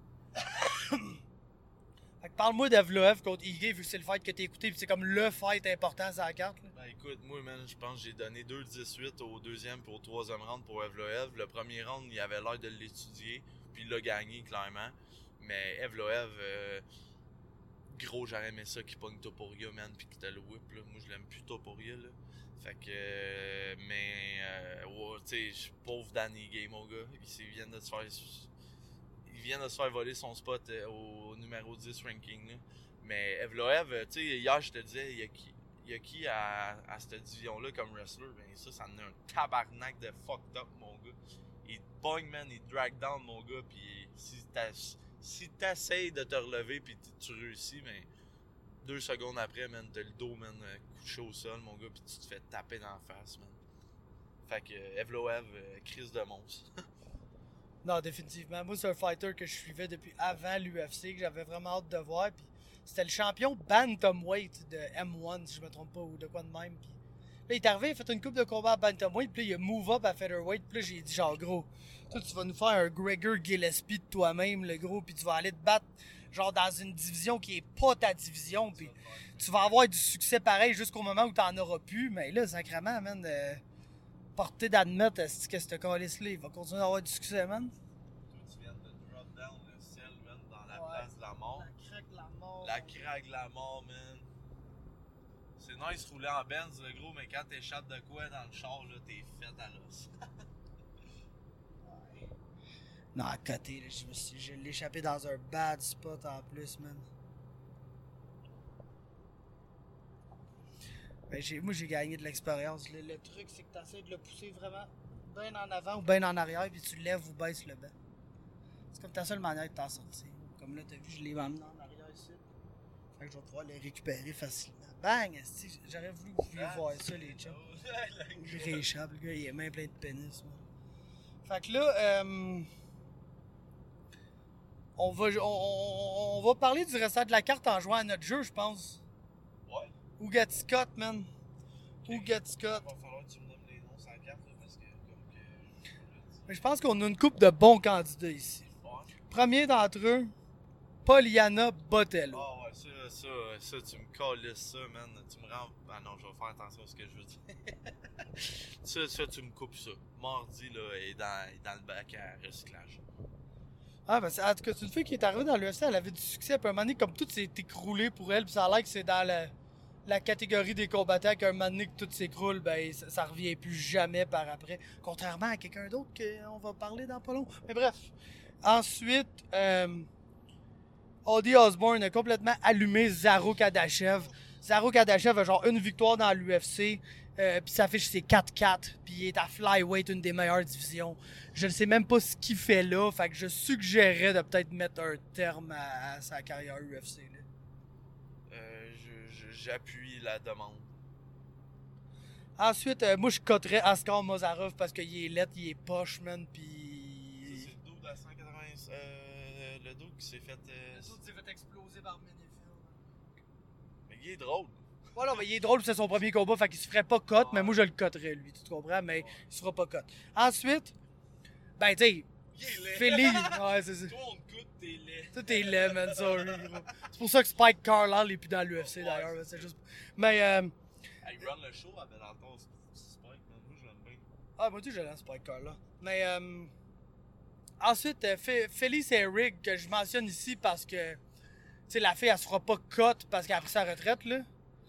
Fait que parle-moi d'Evloev contre Ige, vu que c'est le fight que t'as écouté, pis c'est comme le fight important sur la carte, là. Ben écoute, moi, man, je pense que j'ai donné 2-18 au deuxième et au troisième round pour Evloev. Le premier round, il avait l'air de l'étudier, puis il l'a gagné, clairement. Mais Evloev, gros, j'aurais aimé ça qu'il pogne Topuria, man, pis qu'il te le whip, là. Moi, je l'aime plus Topuria, là. Fait que, ouais, tu sais, pauvre Danny Gay, mon gars. Il vient de se faire voler son spot au numéro 10 ranking, là. Mais Evloev, tu sais, hier, je te disais, il y a qui à cette division-là comme wrestler? Ben ça en est un tabarnak de fucked up, mon gars. Il te pogne, man, il te drag down, mon gars, pis si t'essayes de te relever pis tu réussis, mais 2 secondes après, man, t'as le dos, man, couché au sol, mon gars, pis tu te fais taper dans la face, man. Fait que Evloev, crise de monstre. Non, définitivement. Moi, c'est un fighter que je suivais depuis avant l'UFC, que j'avais vraiment hâte de voir. Puis c'était le champion bantamweight de M1, si je me trompe pas, ou de quoi de même. Puis là, il est arrivé, il a fait une coupe de combat à bantamweight, puis là, il a move up à featherweight. Puis là, j'ai dit genre, gros, toi, tu vas nous faire un Gregor Gillespie de toi-même, le gros, puis tu vas aller te battre genre dans une division qui est pas ta division, puis tu vas avoir du succès pareil jusqu'au moment où t'en auras plus. Mais là, sacrément, man, porter d'admettre que ce calice-là, il va continuer d'avoir du succès, man. Toi, tu viens de drop down le ciel, man, dans la place de la mort. La craque de la mort. La craque de la mort, man. C'est nice rouler en Benz, le gros, mais quand t'échappes de quoi dans le char, là, t'es fait à l'os. Ouais. Non, à côté, là, je l'ai échappé dans un bad spot en plus, man. Ben, moi, j'ai gagné de l'expérience. Le truc, c'est que tu essaies de le pousser vraiment bien en avant ou bien en arrière, puis tu lèves ou baisses le banc. C'est comme ta seule manière de t'en sortir. Comme là, t'as vu, je l'ai emmené en arrière ici. Fait que je vais pouvoir les récupérer facilement. Bang! J'aurais voulu que vous pouviez voir ça, les chums. Je rééchappe, le gars, il est même plein de pénis, man. Fait que là, on va parler du restant de la carte en jouant à notre jeu, je pense. Ouais. Who Gets Scott, man. Who Gets Scott. Il va falloir que tu me donnes les noms sur la carte, là, parce que, comme que. Mais je pense qu'on a une couple de bons candidats ici. Ouais. Premier d'entre eux, Poliana Botello. Ah ouais, ça, tu me calisses ça, man. Tu me rends. Ah non, je vais faire attention à ce que je veux dire. Ça, tu me coupes ça. Mardi, là, est dans le bac à recyclage. Ah, ben, en tout cas, c'est une fille qui est arrivée dans l'UFC, elle avait du succès. Puis à un moment donné, comme tout s'est écroulé pour elle, puis ça a l'air que c'est dans la catégorie des combattants qu'un moment donné que tout s'écroule, ben, ça revient plus jamais par après. Contrairement à quelqu'un d'autre qu'on va parler dans pas long. Mais bref. Ensuite, Ozzy Osbourne a complètement allumé Zaro Kadachev. Zaro Kadachev a genre une victoire dans l'UFC. Puis sa fiche c'est 4-4. Puis il est à flyweight, une des meilleures divisions. Je ne sais même pas ce qu'il fait là. Fait que je suggérerais de peut-être mettre un terme à sa carrière UFC. Là. J'appuie la demande. Ensuite, moi je coterais Askar Mozarov parce qu'il est lettre, il est poche, man. Puis. Ça, c'est le dos à 180. Le dos qui s'est fait. Le dos s'est fait exploser par Menifil. Mais il est drôle. Voilà, mais il est drôle, c'est son premier combat, fait qu'il se ferait pas cut, mais moi je le cutterais lui, tu comprends, mais il sera pas cut. Ensuite, ben tu sais, Philly, ouais, c'est ça. Toi, on te coûte, t'es laid. Toi, t'es laid, man, sorry. C'est pour ça que Spike Carlisle est plus dans l'UFC d'ailleurs, c'est juste. Mais, Il run le show à Bellator, Spike, man. Moi, je l'aime bien. Ah, moi, tu je l'aime, Spike Carlisle. Mais, ensuite, Félix Herrig, que je mentionne ici parce que, tu sais, la fille, elle sera pas cut parce qu'elle a pris sa retraite, là.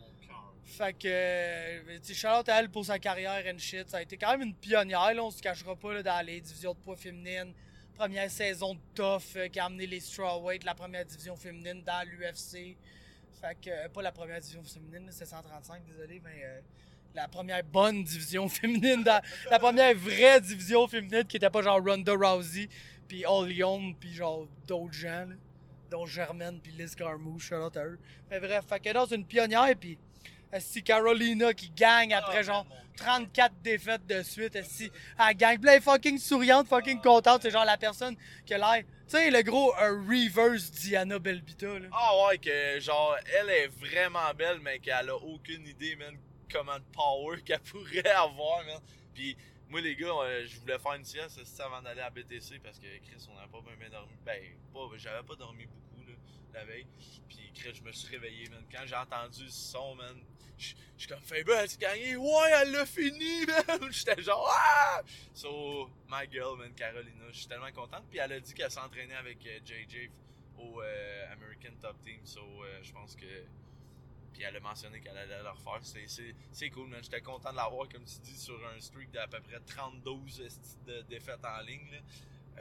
Fait que, tu sais, shout-out à elle pour sa carrière and shit. Ça a été quand même une pionnière, là, on se cachera pas, là, dans les divisions de poids féminines. Première saison de Tough qui a amené les strawweight, la première division féminine dans l'UFC. Fait que, pas la première division féminine, c'est 135, désolé, mais la première bonne division féminine, la première vraie division féminine qui était pas genre Ronda Rousey, puis All Young, puis genre d'autres gens, là, dont Germaine, puis Liz Carmouche, shout-out à eux. Mais bref, fait que non, c'est une pionnière, puis c'est Carolina qui gagne après genre 34 défaites de suite. Elle gagne. Puis là, elle est fucking souriante, fucking contente. C'est genre la personne qui a l'air. Tu sais, le gros reverse Diana Belbita. Là. Ah ouais, que genre, elle est vraiment belle, mais qu'elle a aucune idée, man, comment de power qu'elle pourrait avoir, man. Puis moi, les gars, je voulais faire une sieste avant d'aller à BTC parce que Chris, on n'a pas bien dormi. Ben, j'avais pas dormi beaucoup, là, la veille. Puis Chris, je me suis réveillé, man. Quand j'ai entendu ce son, man, je suis comme, Faber, elle s'est gagnée. Ouais, elle l'a fini, man. J'étais genre, ah! So, my girl, man, Carolina, je suis tellement contente. Puis elle a dit qu'elle s'entraînait avec JJ au American Top Team. So, je pense que. Puis elle a mentionné qu'elle allait le refaire. C'est cool, man. J'étais content de l'avoir, comme tu dis, sur un streak d'à peu près 32 de défaites en ligne. Là.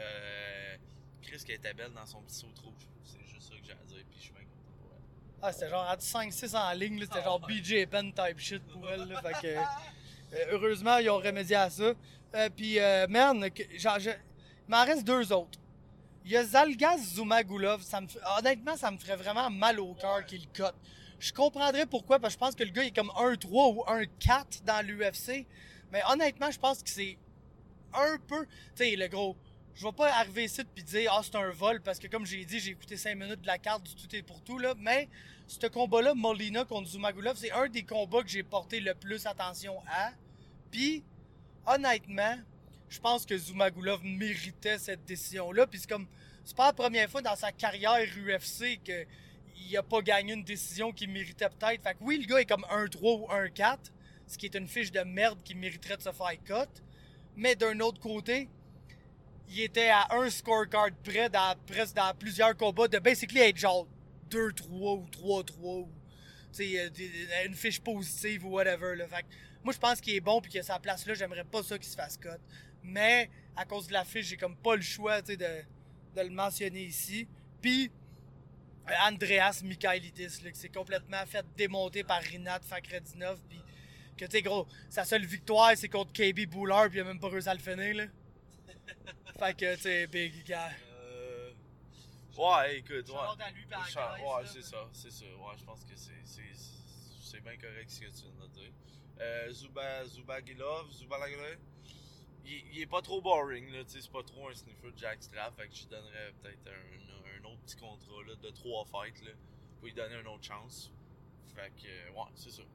Chris qui était belle dans son petit saut rouge. C'est juste ça que j'ai à dire. Puis je suis bien content pour elle. Ah, c'était genre à 5-6 en ligne. Là, c'était genre BJ Penn type shit pour elle. Là, fait que, heureusement, ils ont remédié à ça. Puis, man, genre, il m'en reste deux autres. Il y a Zalgas Zumagulov. Honnêtement, ça me ferait vraiment mal au cœur qu'il cote. Je comprendrais pourquoi, parce que je pense que le gars il est comme 1-3 ou 1-4 dans l'UFC. Mais honnêtement, je pense que c'est un peu. Tu sais, le gros. Je vais pas arriver ici et dire ah, c'est un vol, parce que comme j'ai dit, j'ai écouté 5 minutes de la carte du tout et pour tout. Là. Mais ce combat-là, Molina contre Zumagulov, c'est un des combats que j'ai porté le plus attention à. Puis, honnêtement, je pense que Zumagulov méritait cette décision-là. Puis c'est pas la première fois dans sa carrière UFC que. Il a pas gagné une décision qu'il méritait peut-être. Fait que oui, le gars est comme 1-3 ou 1-4, ce qui est une fiche de merde qui mériterait de se faire cut. Mais d'un autre côté, il était à un scorecard près presque dans plusieurs combats de basically être genre 2-3 ou 3-3 ou une fiche positive ou whatever. Là. Fait que moi, je pense qu'il est bon et qu'il a sa place là. J'aimerais pas ça qu'il se fasse cut. Mais à cause de la fiche, j'ai comme pas le choix de le mentionner ici. Puis Andreas Mikhailidis, là, qui s'est complètement fait démonter par Rinat Fakhretdinov, puis que, tu sais, gros, sa seule victoire, c'est contre KB Bouler, puis il a même pas réussi à le finir, là. Fait que, tu sais, big guy. Ouais, écoute, ouais. Ouais, c'est ça. Ouais, je pense que c'est bien correct ce que tu viens de dire. Zubagilov, il est pas trop boring, là, tu sais, c'est pas trop un sniffer de jackstrap, fait que je lui donnerais peut-être un autre petit contrat là, de 3 fights là, pour lui donner une autre chance. Fait que, ouais, c'est ça.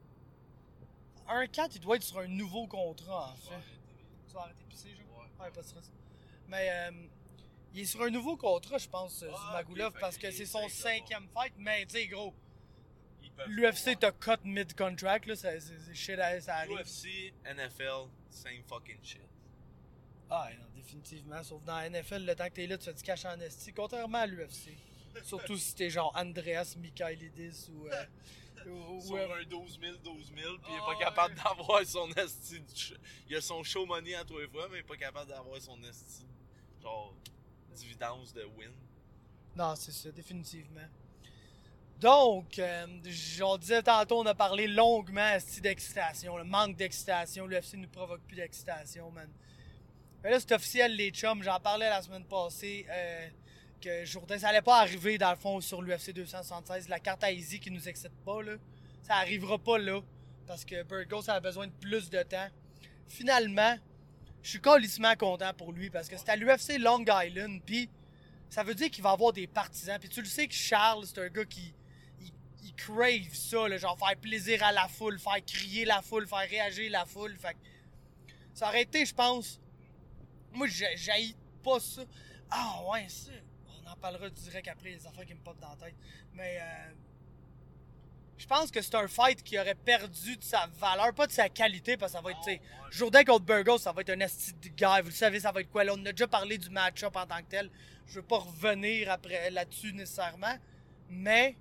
1-4, il doit être sur un nouveau contrat, en fait. Tu vas arrêter de pisser, genre? Ouais, pas de stress. Mais, il est sur un nouveau contrat, je pense, Zumagulov, parce que c'est son 5e fight, mais, tu sais, gros. l'UFC t'a cut mid-contract, là, c'est shit, ça arrive. UFC, NFL, same fucking shit. Ah non, définitivement, sauf dans la NFL, le temps que t'es là, tu fais du cash en esti, contrairement à l'UFC. Surtout si t'es genre Andreas Michailidis ou Sur un 12 000, puis il est pas capable d'avoir son esti. Il a son show money à tous les fois, mais il est pas capable d'avoir son esti, genre, dividende de win. Non, c'est ça, définitivement. Donc, on disait tantôt, on a parlé longuement d'excitation, le manque d'excitation. L'UFC ne nous provoque plus d'excitation, man. Mais là, c'est officiel, les chums. J'en parlais la semaine passée que Jourdain, ça allait pas arriver, dans le fond, sur l'UFC 276. La carte à Easy qui nous excite pas, là. Ça arrivera pas là. Parce que Burgos a besoin de plus de temps. Finalement, je suis calissement content pour lui parce que c'est à l'UFC Long Island. Puis, ça veut dire qu'il va avoir des partisans. Puis tu le sais que Charles, c'est un gars qui il crave ça, là, genre faire plaisir à la foule, faire crier la foule, faire réagir la foule. Fait que ça aurait été, je pense. Moi, j'haïs pas ça. Ah ouais, ça. On en parlera direct après, les affaires qui me popent dans la tête. Mais je pense que c'est un fight qui aurait perdu de sa valeur, pas de sa qualité, parce que ça va être, tu sais, Jourdain contre Burgos, ça va être un esti de guy. Vous le savez, ça va être quoi là? On a déjà parlé du match-up en tant que tel. Je veux pas revenir après là-dessus nécessairement. Mais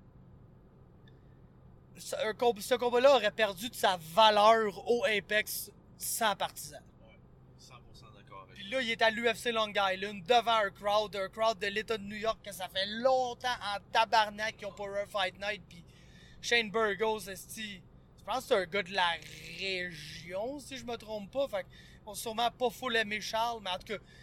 ce combat-là aurait perdu de sa valeur au Apex sans partisans. Ouais, 100% d'accord avec. Puis là, il est à l'UFC Long Island, devant un crowd de l'État de New York, que ça fait longtemps en tabarnak qu'ils ont pas eu un Fight Night. Puis Shane Burgos, esti, je pense que c'est un gars de la région, si je me trompe pas. Fait qu'on sûrement pas full aimer Charles, mais en tout cas,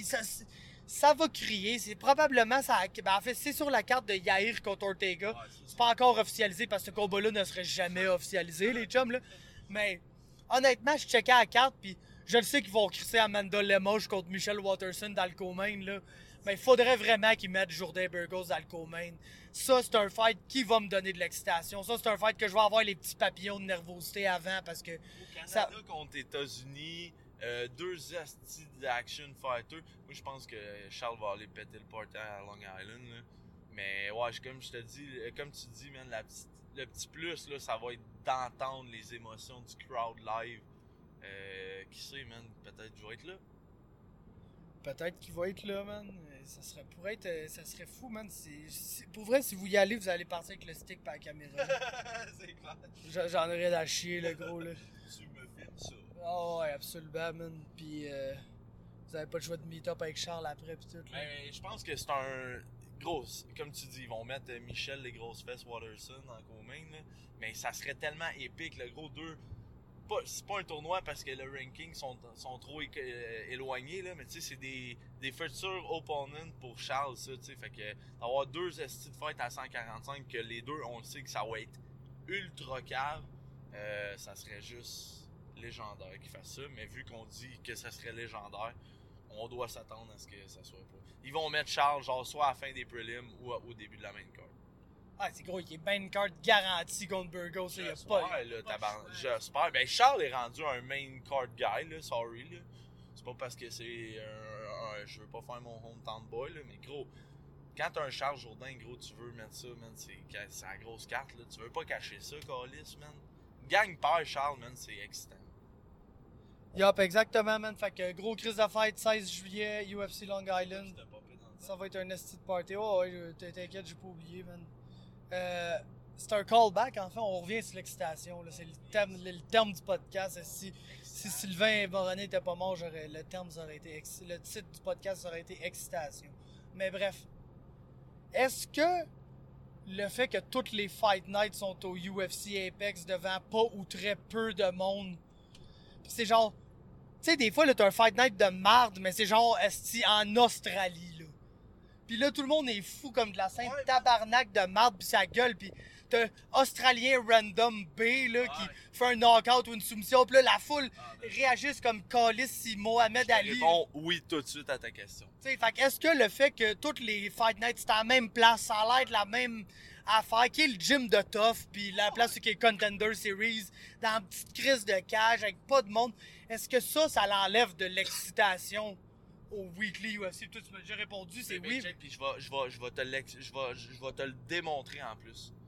ça va crier. C'est probablement ça. Ben en fait, c'est sur la carte de Yair contre Ortega. Ouais, c'est pas encore officialisé parce que ce combat-là ne serait jamais officialisé, les chums, là. Mais honnêtement, je checkais la carte, puis je le sais qu'ils vont crisser Amanda Lemos contre Michelle Waterson dans le co-main, là. Mais il faudrait vraiment qu'ils mettent Jourdain Burgos dans le co-main. Ça, c'est un fight qui va me donner de l'excitation. Ça, c'est un fight que je vais avoir les petits papillons de nervosité avant parce que. Au Canada contre les États-Unis, deux astis d'action fighter. Moi, je pense que Charles va aller péter le portail à Long Island, là. Mais ouais, comme je te dis, comme tu dis, man, le petit plus, là, ça va être d'entendre les émotions du crowd live. Qui sait, man, peut-être je vais être là. Peut-être qu'il va être là, man. Ça serait fou, man. Pour vrai, si vous y allez, vous allez partir avec le stick par la caméra. C'est clair. J'en aurais à chier, le gros, là. Tu me filmes ça. Oh, ouais, absolument, man. Puis, vous avez pas le choix de meet-up avec Charles après, pis tout, là. Mais je pense que c'est un gros. Comme tu dis, ils vont mettre Michel les grosses fesses Waterson en co-main, là. Mais ça serait tellement épique, le gros 2. C'est pas un tournoi parce que le ranking sont trop éloignés, là, mais tu sais, c'est des futurs opponents pour Charles, ça, tu sais. Fait que d'avoir deux estis de fight à 145, que les deux, on le sait que ça va être ultra cave, ça serait juste légendaire qu'ils fassent ça. Mais vu qu'on dit que ça serait légendaire, on doit s'attendre à ce que ça soit pas. Ils vont mettre Charles, genre, soit à la fin des prelims ou au début de la main card. Ah, c'est gros, il est bien une carte garantie contre Burgos. J'espère. Ben, Charles est rendu un main card guy, là, sorry, là. C'est pas parce que c'est je veux pas faire mon hometown boy, là, mais gros, quand t'as un Charles Jourdain, gros, tu veux mettre ça, man, c'est la grosse carte, là. Tu veux pas cacher ça, Calis, man. Gagne perd Charles, man, c'est excitant. Yup, exactement, man. Fait que gros crise de fête, 16 juillet, UFC Long Island. Ça va être un esti de party. Oh, ouais, t'inquiète, j'ai pas oublié, man. C'est un callback, en fait, on revient sur l'excitation. C'est le terme du podcast. Si Sylvain Moroney n'était pas mort, le titre du podcast aurait été excitation. Mais bref, est-ce que le fait que toutes les Fight Nights sont au UFC Apex devant pas ou très peu de monde, c'est genre, tu sais, des fois, là, t'as un Fight Night de marde, mais c'est genre, en Australie, là. Pis là, tout le monde est fou comme de la sainte tabarnak de marde pis sa gueule. Pis t'as Australien Random B, là, qui fait un knockout ou une soumission. Pis là, la foule réagisse comme Calis si Mohamed Ali. Je réponds oui tout de suite à ta question. T'sais, fait est-ce que le fait que toutes les Fight Nights sont à la même place, ça a l'air de la même affaire, qui est le gym de Tough, pis la place qui est Contender Series, dans une petite crise de cage avec pas de monde, est-ce que ça l'enlève de l'excitation au weekly UFC? Toi, tu m'as déjà répondu, c'est oui. Puis je vais te le démontrer en plus.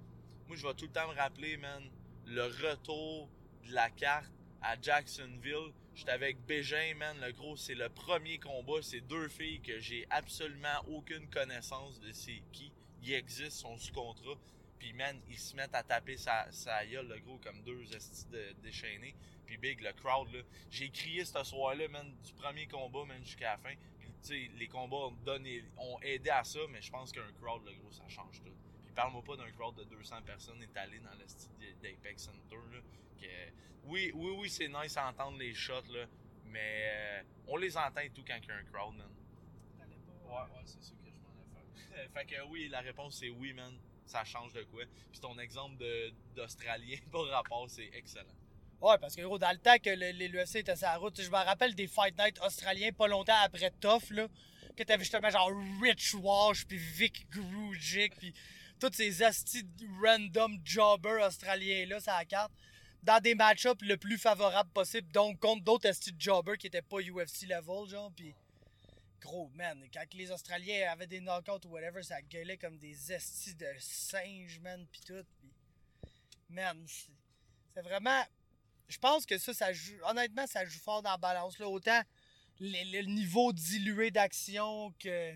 moi, je vais tout le temps me rappeler, man, le retour de la carte à Jacksonville. J'étais avec Bégin, man, le gros, c'est le premier combat. C'est 2 filles que j'ai absolument aucune connaissance de c'est qui. Ils existent, sont sous contrat. Puis, man, ils se mettent à taper sa gueule, le gros, comme 2 estis déchaînés. Puis, big, le crowd, là. J'ai crié ce soir-là, man, du premier combat, man, jusqu'à la fin. Puis, tu sais, les combats ont aidé à ça, mais je pense qu'un crowd, le gros, ça change tout. Puis, parle-moi pas d'un crowd de 200 personnes étalées dans le style d'Apex Center, là. Que, oui, c'est nice à entendre les shots, là, mais on les entend et tout quand il y a un crowd, man. Ouais, c'est ça que je m'en ai fait. Fait que oui, la réponse c'est oui, man. Ça change de quoi. Puis ton exemple d'Australien par rapport, c'est excellent. Ouais, parce que gros, dans le temps que l'UFC était sur la route, je me rappelle des Fight Night australiens pas longtemps après Tough, là, que t'avais justement genre Rich Walsh, puis Vic Grujic, puis tous ces astis random jobbers australiens là, sur la carte, dans des match-ups le plus favorable possible, donc contre d'autres astis jobbers qui étaient pas UFC level, genre, puis gros, man, quand les Australiens avaient des knockouts ou whatever, ça gueulait comme des estis de singes, man, pis tout. Pis... Man, c'est vraiment... Je pense que ça joue... Honnêtement, ça joue fort dans la balance, là. Autant le niveau dilué d'action que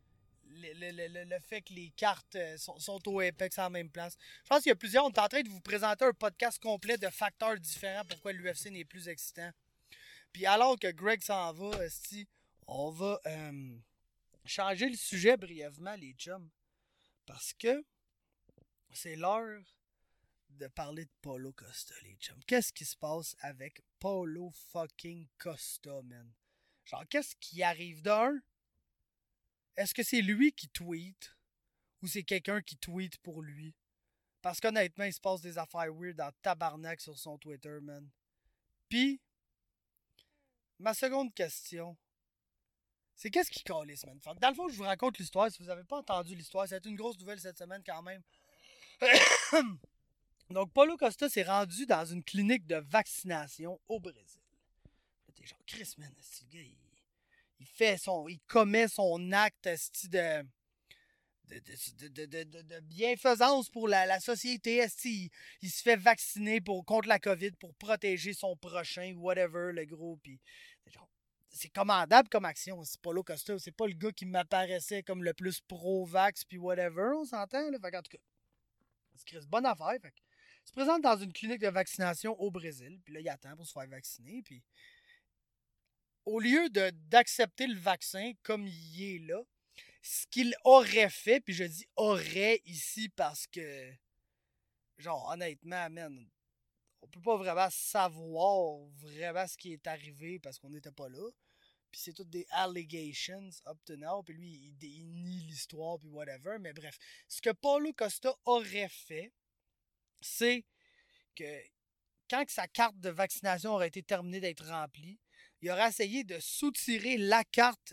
le fait que les cartes sont au Apex en même place. Je pense qu'il y a plusieurs... On est en train de vous présenter un podcast complet de facteurs différents pourquoi l'UFC n'est plus excitant. Puis alors que Greg s'en va, esti... On va changer le sujet brièvement, les chums. Parce que c'est l'heure de parler de Paulo Costa, les chums. Qu'est-ce qui se passe avec Paulo fucking Costa, man? Genre, qu'est-ce qui arrive d'un? Est-ce que c'est lui qui tweet? Ou c'est quelqu'un qui tweet pour lui? Parce qu'honnêtement, il se passe des affaires weird en tabarnak sur son Twitter, man. Puis, ma seconde question... c'est qu'est-ce qui calisse, man? Dans le fond, je vous raconte l'histoire. Si vous n'avez pas entendu l'histoire, c'est une grosse nouvelle cette semaine quand même. Donc, Paulo Costa s'est rendu dans une clinique de vaccination au Brésil. T'es genre, Chris, man, ce gars, il commet son acte de bienfaisance pour la société. Il se fait vacciner contre la COVID pour protéger son prochain, whatever, le gros. Puis, c'est commandable comme action. C'est Paulo Costa, c'est pas le gars qui m'apparaissait comme le plus pro-vax puis whatever, on s'entend, là. Fait en tout cas, c'est bonne affaire. Fait que, il se présente dans une clinique de vaccination au Brésil, puis là, il attend pour se faire vacciner, puis au lieu d'accepter le vaccin comme il est là, ce qu'il aurait fait, puis je dis aurait ici parce que, genre, honnêtement, man, on peut pas vraiment savoir vraiment ce qui est arrivé parce qu'on n'était pas là. Puis c'est toutes des allegations up to now. Puis lui, il nie l'histoire, puis whatever. Mais bref, ce que Paulo Costa aurait fait, c'est que quand sa carte de vaccination aurait été terminée d'être remplie, il aurait essayé de soutirer la carte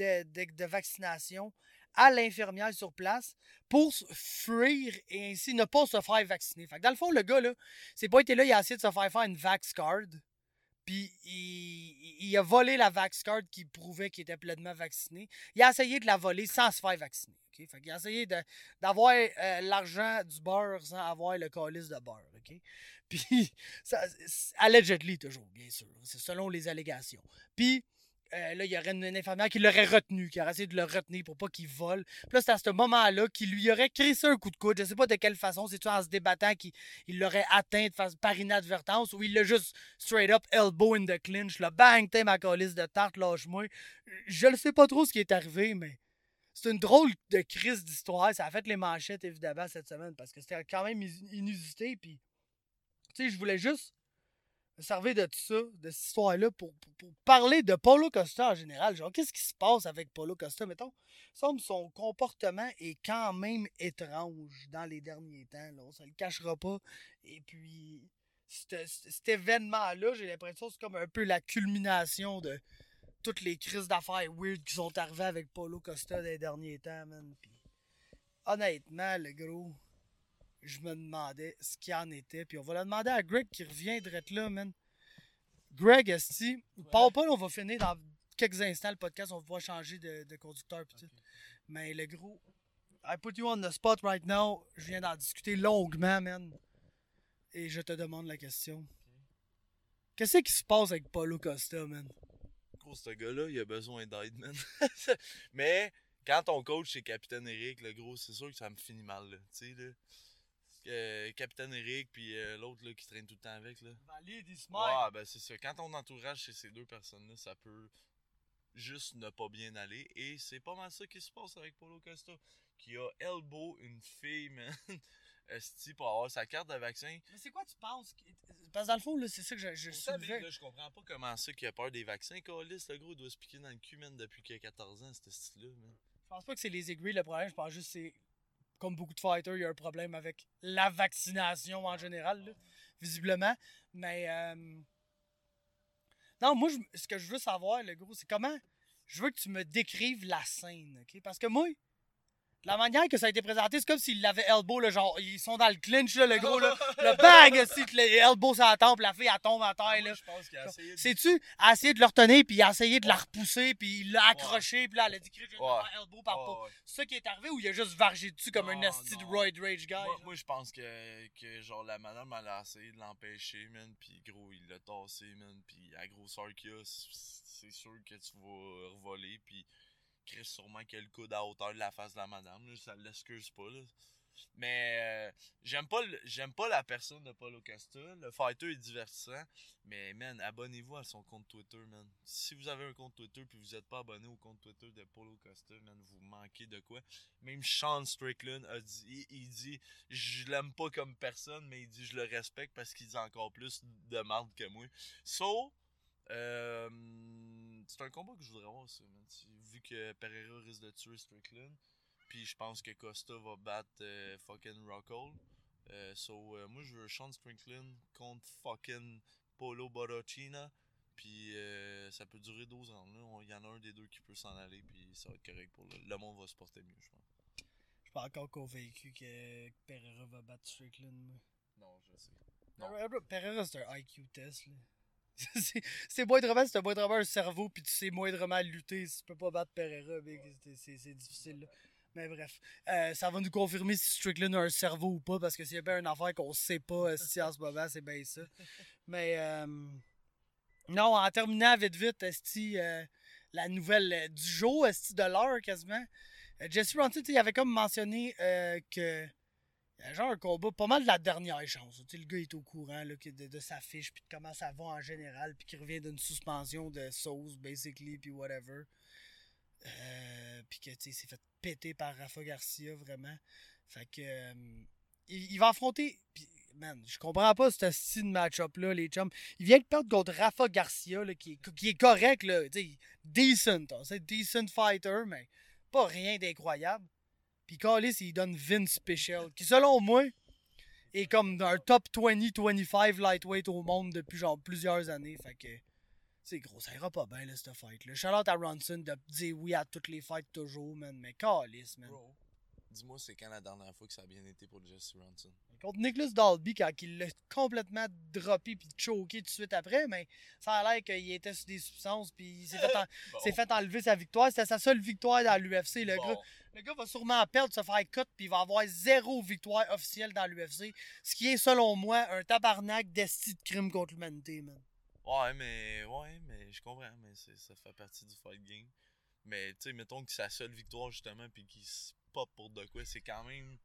de vaccination à l'infirmière sur place pour fuir et ainsi ne pas se faire vacciner. Fait que dans le fond, le gars, là, c'est pas été là, il a essayé de se faire une Vax Card. Puis il a volé la Vax Card qui prouvait qu'il était pleinement vacciné. Il a essayé de la voler sans se faire vacciner. Okay? Fait qu'il a essayé d'avoir l'argent du beurre sans avoir le calice de beurre. Okay? Puis, allegedly toujours, bien sûr. C'est selon les allégations. Puis, là, il y aurait une infirmière qui l'aurait retenu, qui aurait essayé de le retenir pour pas qu'il vole. Puis là, c'est à ce moment-là qu'il lui aurait crissé un coup de coude. Je sais pas de quelle façon. C'est-tu en se débattant qu'il l'aurait atteint par inadvertance ou il l'a juste straight up elbow in the clinch. Là, bang, t'es ma calice de tarte, lâche-moi. Je ne sais pas trop ce qui est arrivé, mais c'est une drôle de crise d'histoire. Ça a fait les manchettes, évidemment, cette semaine parce que c'était quand même inusité. Puis, tu sais, je voulais juste me servir de tout ça, de cette histoire-là, pour parler de Paulo Costa en général. Genre, qu'est-ce qui se passe avec Paulo Costa, mettons? Son comportement est quand même étrange dans les derniers temps. Là. On ne se le cachera pas. Et puis, cet événement-là, j'ai l'impression que c'est comme un peu la culmination de toutes les crises d'affaires weird qui sont arrivées avec Paulo Costa dans les derniers temps, man. Puis, honnêtement, le gros... je me demandais ce qu'il en était. Puis on va le demander à Greg qui revient d'être là, man. Greg, esti, parle pas, là, on va finir dans quelques instants le podcast. On va pouvoir changer de conducteur. Puis tout. Mais le gros, I put you on the spot right now. Je viens d'en discuter longuement, man. Et je te demande la question. Qu'est-ce qui se passe avec Paulo Costa, man? Gros, ce gars-là, il a besoin d'aide, man. Mais quand ton coach, c'est Capitaine Eric, le gros, c'est sûr que ça me finit mal, là. Tu sais, là. Capitaine Eric, puis l'autre, là, qui traîne tout le temps avec, là. Valide, il se Ouais, ben c'est ça. Quand ton entourage, c'est ces deux personnes-là, ça peut juste ne pas bien aller. Et c'est pas mal ça qui se passe avec Paulo Costa, qui a elbow une fille, man, esti, pour avoir sa carte de vaccin. Mais c'est quoi tu penses? Parce que dans le fond, là, c'est ça que je soulevais. Là, je comprends pas comment ça qu'il a peur des vaccins. Calis, le gros, il doit se piquer dans le cul, man, depuis qu'il a 14 ans, ce style-là, man. Je pense pas que c'est les aiguilles le problème. Je pense juste que c'est, comme beaucoup de fighters, il y a un problème avec la vaccination en général, là, visiblement. Mais, non, moi, ce que je veux savoir, le gros, c'est comment je veux que tu me décrives la scène, OK? Parce que moi, la manière que ça a été présenté, c'est comme s'ils l'avaient elbow, là, genre, ils sont dans le clinch, là, le gros, là, le bang, aussi, le elbow sur la tempe, la fille, elle tombe à terre, là. Je pense qu'il a essayé de... Sais-tu, elle a essayé de le retenir, puis il a essayé de la repousser, puis il l'a accroché, puis là, elle a dit que je viens de faire elbow par peau. C'est ça qui est arrivé, ou il a juste vargé dessus comme un asti de roid rage guy? Moi, je pense que, genre, la madame, elle a essayé de l'empêcher, man, puis gros, il l'a tassé, man, puis à la grosseur qu'il a, c'est sûr que tu vas revoler, puis Chris, sûrement qu'il a le coude à hauteur de la face de la madame, là, ça l'excuse pas, là. Mais j'aime pas la personne de Paulo Costa. Le fighter est divertissant. Mais man, abonnez-vous à son compte Twitter, man. Si vous avez un compte Twitter puis vous êtes pas abonné au compte Twitter de Paulo Costa, man, vous manquez de quoi. Même Sean Strickland a dit, il dit, je l'aime pas comme personne, mais il dit je le respecte parce qu'il dit encore plus de marde que moi. So, c'est un combat que je voudrais voir, ça, man. Vu que Pereira risque de tuer Strickland. Puis je pense que Costa va battre fucking Rockhold. Moi je veux Sean Strickland contre fucking Polo Borrachina. Puis ça peut durer 12 ans. Il y en a un des deux qui peut s'en aller. Puis ça va être correct pour le monde va se porter mieux, je pense. Je suis pas encore convaincu que Pereira va battre Strickland. Moi. Non, je sais. Non. Pereira, c'est un IQ test. Là. c'est moindrement, si t'as moindrement un cerveau. Puis tu sais moindrement lutter. Si tu peux pas battre Pereira, c'est difficile. Là. Mais bref, ça va nous confirmer si Strickland a un cerveau ou pas, parce que s'il y a bien une affaire qu'on sait pas si en ce moment, c'est bien ça. Mais non, en terminant vite, la nouvelle du jour, de l'heure quasiment. Jesse Ronson, il avait comme mentionné que il y a genre un combat pas mal de la dernière chance. Le gars est au courant là, de sa fiche, puis de comment ça va en général, puis qu'il revient d'une suspension de sauce, basically, puis whatever. Puis que il s'est fait péter par Rafa Garcia vraiment. Fait que il va affronter. Pis, man, je comprends pas ce style de match-up là, les chums. Il vient de perdre contre Rafa Garcia là, qui est correct là, decent, c'est decent fighter, mais pas rien d'incroyable. Puis Callis, il donne Vince Special, qui selon moi est comme un top 20-25 lightweight au monde depuis genre plusieurs années. Fait que c'est gros, ça ira pas bien, là, cette fight-là. Shout-out à Ronson de dire oui à toutes les fights toujours, man. Mais calisse, man. Bro, dis-moi, c'est quand la dernière fois que ça a bien été pour Jesse Ronson? Contre Nicholas Dalby, quand il l'a complètement droppé puis choqué tout de suite après, mais ça a l'air qu'il était sur des substances puis il s'est fait enlever sa victoire. C'était sa seule victoire dans l'UFC. Le gars va sûrement perdre, se faire cut puis il va avoir 0 victoire officielle dans l'UFC. Ce qui est, selon moi, un tabarnak d'esti de crime contre l'humanité, man. Ouais, mais je comprends, mais ça fait partie du fight game. Mais tu sais, mettons que c'est sa seule victoire justement puis qu'il se pop pour de quoi, c'est quand même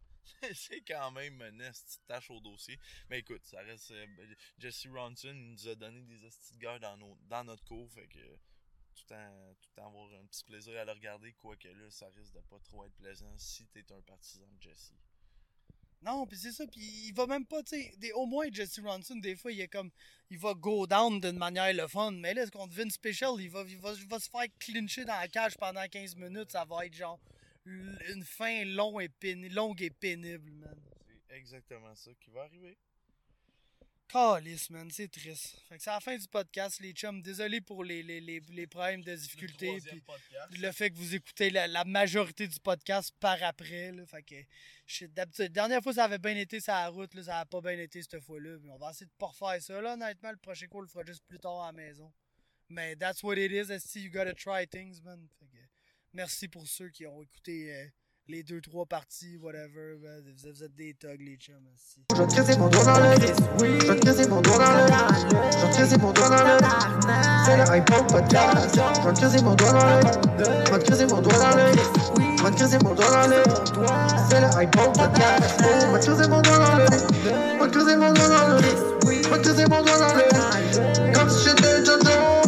une esti de tâche au dossier. Mais écoute, ça reste Jesse Ronson, il nous a donné des esti de guerre dans notre cours, fait que tout en avoir un petit plaisir à le regarder, quoique là, ça risque de pas trop être plaisant si t'es un partisan de Jesse. Non, pis c'est ça, pis il va même pas, tu sais, au moins Jesse Ronson, des fois, il va go down d'une manière le fun, mais là, contre Vince Special, il va se faire clincher dans la cage pendant 15 minutes, ça va être genre une fin longue et pénible, man. C'est exactement ça qui va arriver. Calisse, man, c'est triste. Fait que c'est la fin du podcast, les chums. Désolé pour les problèmes de difficulté. Puis le fait que vous écoutez la majorité du podcast par après. Là, fait que, d'habitude, la dernière fois, ça avait bien été sur la route. Là, ça n'a pas bien été cette fois-là. Mais on va essayer de pas refaire ça. Là, honnêtement, le prochain coup, on le fera juste plus tard à la maison. Mais that's what it is. You gotta try things, man. Fait que, merci pour ceux qui ont écouté les 2-3 parties, whatever. Vous êtes des thugs, les chums. Aussi. Je vais te casser mon doigt dans le je vais te casser mon doigt dans le je vais te casser mon doigt dans le c'est le iPod podcast. Je vais te casser mon doigt dans le je vais te casser mon doigt dans le je vais te casser mon doigt dans le c'est le iPod podcast. Je vais te casser mon doigt dans le je vais te casser mon doigt dans le je vais te casser mon doigt dans le comme si j'étais Jojo.